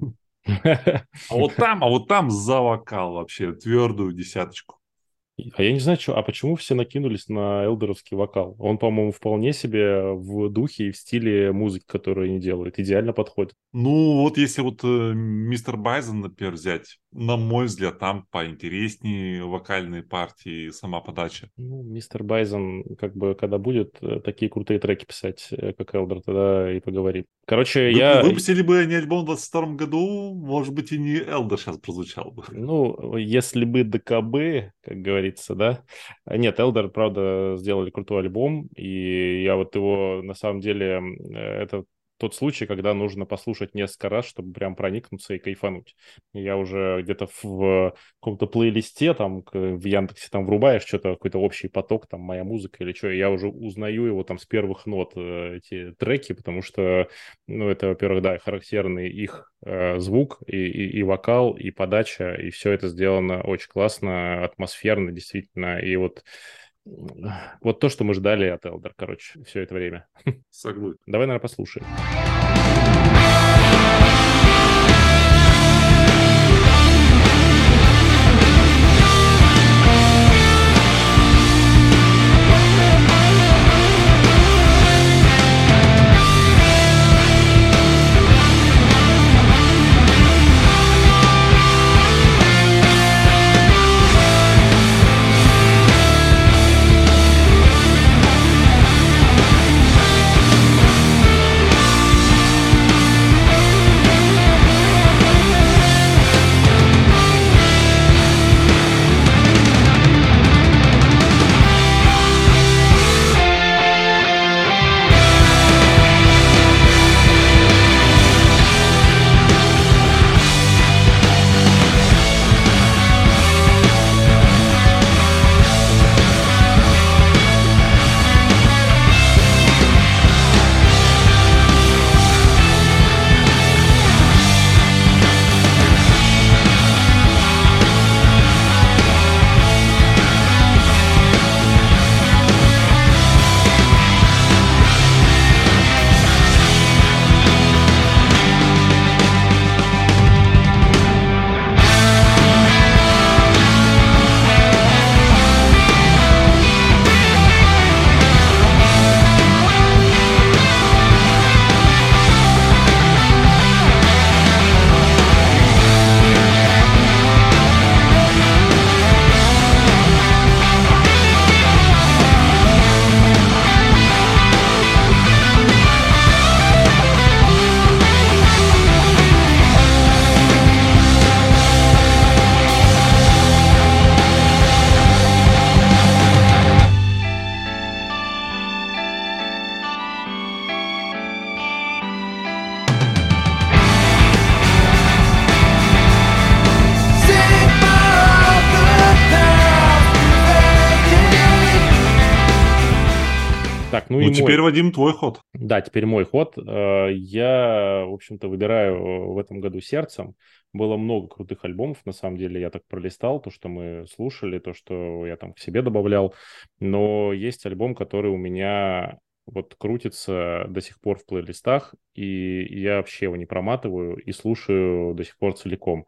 А вот там, а вот там за вокал вообще твердую десяточку.
А я не знаю, чё, а почему все накинулись на элдеровский вокал? Он, по-моему, вполне себе в духе и в стиле музыки, которую они делают, идеально подходит.
Ну, вот если вот э, мистер Байзен, например, взять, на мой взгляд, там поинтереснее вокальные партии, сама подача.
Ну, мистер Байзен, как бы, когда будет э, такие крутые треки писать, э, как Элдер, тогда и поговорим. Короче,
Вы-
я,
Выпустили бы они альбом в двадцать втором году, может быть, и не Элдер сейчас прозвучал бы.
ну, если бы ДКБ, как говорится, да. А Нет, Элдер, правда, сделали крутой альбом, и я вот его, на самом деле, м, э, это тот случай, когда нужно послушать несколько раз, чтобы прям проникнуться и кайфануть. Я уже где-то в каком-то плейлисте, там, к- в Яндексе, там, врубаешь что-то, какой-то общий поток, там, моя музыка или что, и я уже узнаю его там с первых нот, э, эти треки, потому что, ну, это, во-первых, да, характерный их э, звук, и, и, и вокал, и подача, и все это сделано очень классно, атмосферно, действительно, и вот, м, вот то, что мы ждали от Элдер, короче, все это время.
Согласен.
Давай, наверное, послушаем. Так, ну,
Ну,
и
теперь,
мой.
Вадим, твой ход.
Да, теперь мой ход. Э, Я, в общем-то, выбираю в этом году сердцем. Было много крутых альбомов, на самом деле. Я так пролистал то, что мы слушали, то, что я там к себе добавлял. Но есть альбом, который у меня вот крутится до сих пор в плейлистах, и я вообще его не проматываю и слушаю до сих пор целиком.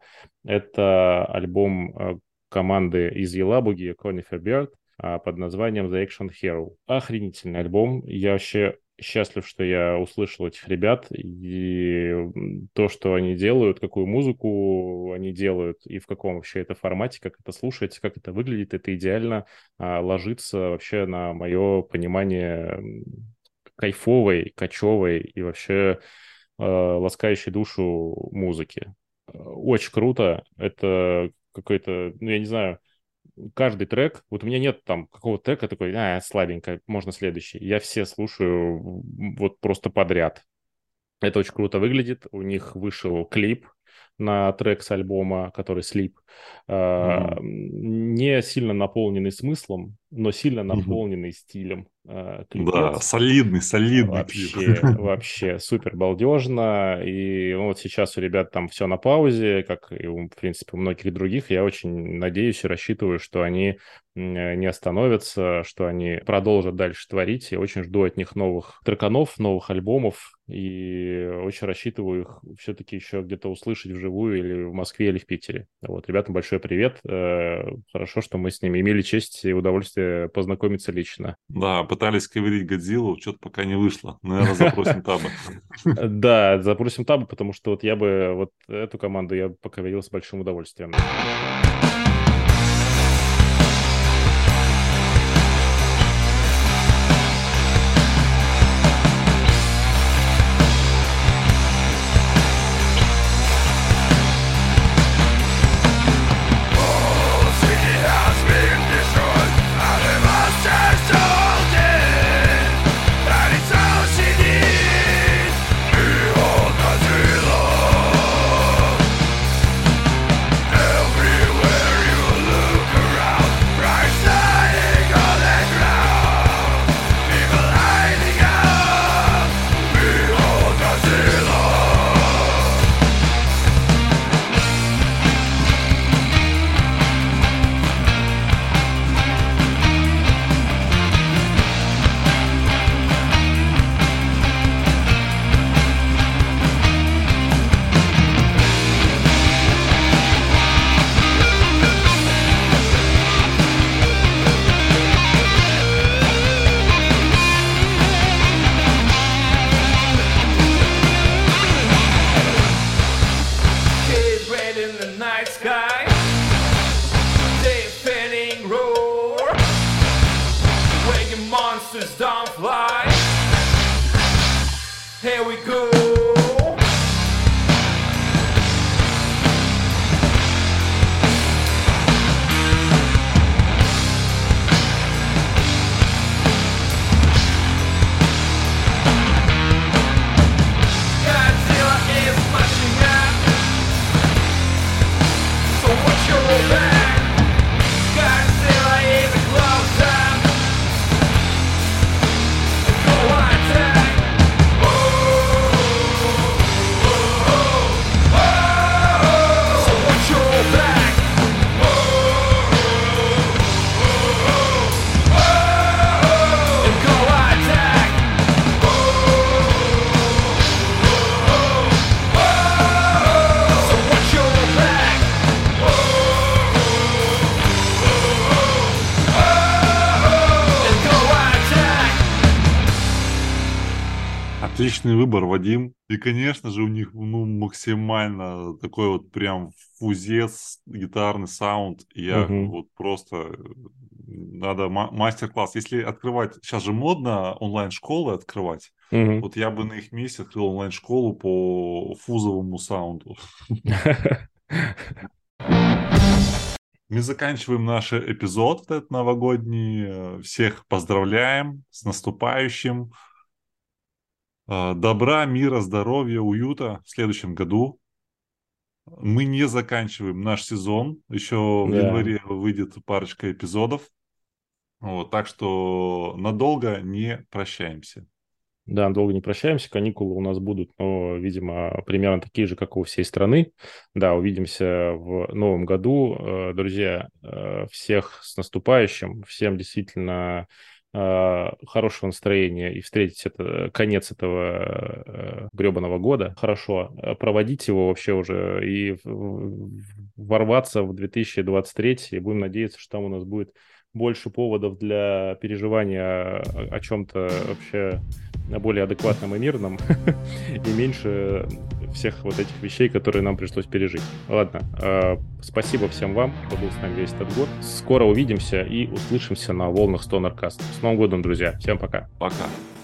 Это альбом э, команды из Елабуги Conifer Bird а, под названием The Action Hero. Охренительный альбом. Я вообще счастлив, что я услышал этих ребят, и то, что они делают, какую музыку они делают, и в каком вообще это формате, как это слушается, как это выглядит, это идеально а, ложится вообще на мое понимание кайфовой, качевой и вообще э, ласкающей душу музыки. Очень круто. Это какой-то, ну, я не знаю, каждый трек, вот у меня нет там какого-то трека такой, а, слабенько, можно следующий. Я все слушаю вот просто подряд. Это очень круто выглядит. У них вышел клип на трек с альбома, который Sleep.
Мгм.
Не сильно наполненный смыслом, но сильно
Мгм.
наполненный стилем э,
Да,
клипец.
солидный, солидный клип.
Вообще, вообще супер балдежно. И вот сейчас у ребят там все на паузе, как и, у, в принципе, у многих других. Я очень надеюсь и рассчитываю, что они м, не остановятся, что они продолжат дальше творить. Я очень жду от них новых треканов, новых альбомов. И очень рассчитываю их все-таки еще где-то услышать вживую или в Москве, или в Питере. Вот, ребятам большой привет. Э, Хорошо, что мы с ними имели честь и удовольствие познакомиться лично.
Да, пытались ковырить Годзиллу, что-то пока не вышло. Наверное, запросим Табы.
Да, запросим Табу, потому что вот я бы вот эту команду я поковырил с большим удовольствием.
Отличный выбор, Вадим. И, конечно же, у них ну, максимально такой вот прям фузец, гитарный саунд. Я
Мгм.
вот просто... э, Надо ма- мастер-класс. Если открывать... Сейчас же модно онлайн-школы открывать.
Мгм.
Вот я бы на их месте открыл онлайн-школу по фузовому саунду. Мы заканчиваем наш эпизод вот этот новогодний. Всех поздравляем с наступающим. Э, Добра, мира, здоровья, уюта в следующем году. Мы не заканчиваем наш сезон. Еще в
Да.
январе выйдет парочка эпизодов. Вот, так что надолго не прощаемся.
Да, долго не прощаемся, каникулы у нас будут, но, видимо, примерно такие же, как у всей страны. Да, увидимся в новом году. Э, Друзья, э, всех с наступающим, всем действительно э, хорошего настроения и встретить это, конец этого гребаного года. Хорошо, э, проводить его вообще уже и в- в- ворваться в две тысячи двадцать третий. И будем надеяться, что там у нас будет больше поводов для переживания о, о чем-то вообще более адекватным и мирным, и меньше всех вот этих вещей, которые нам пришлось пережить. Ладно, э, спасибо всем вам, кто был с нами весь этот год. Скоро увидимся и услышимся на волнах StonerCast. С Новым годом, друзья. Всем пока.
Пока.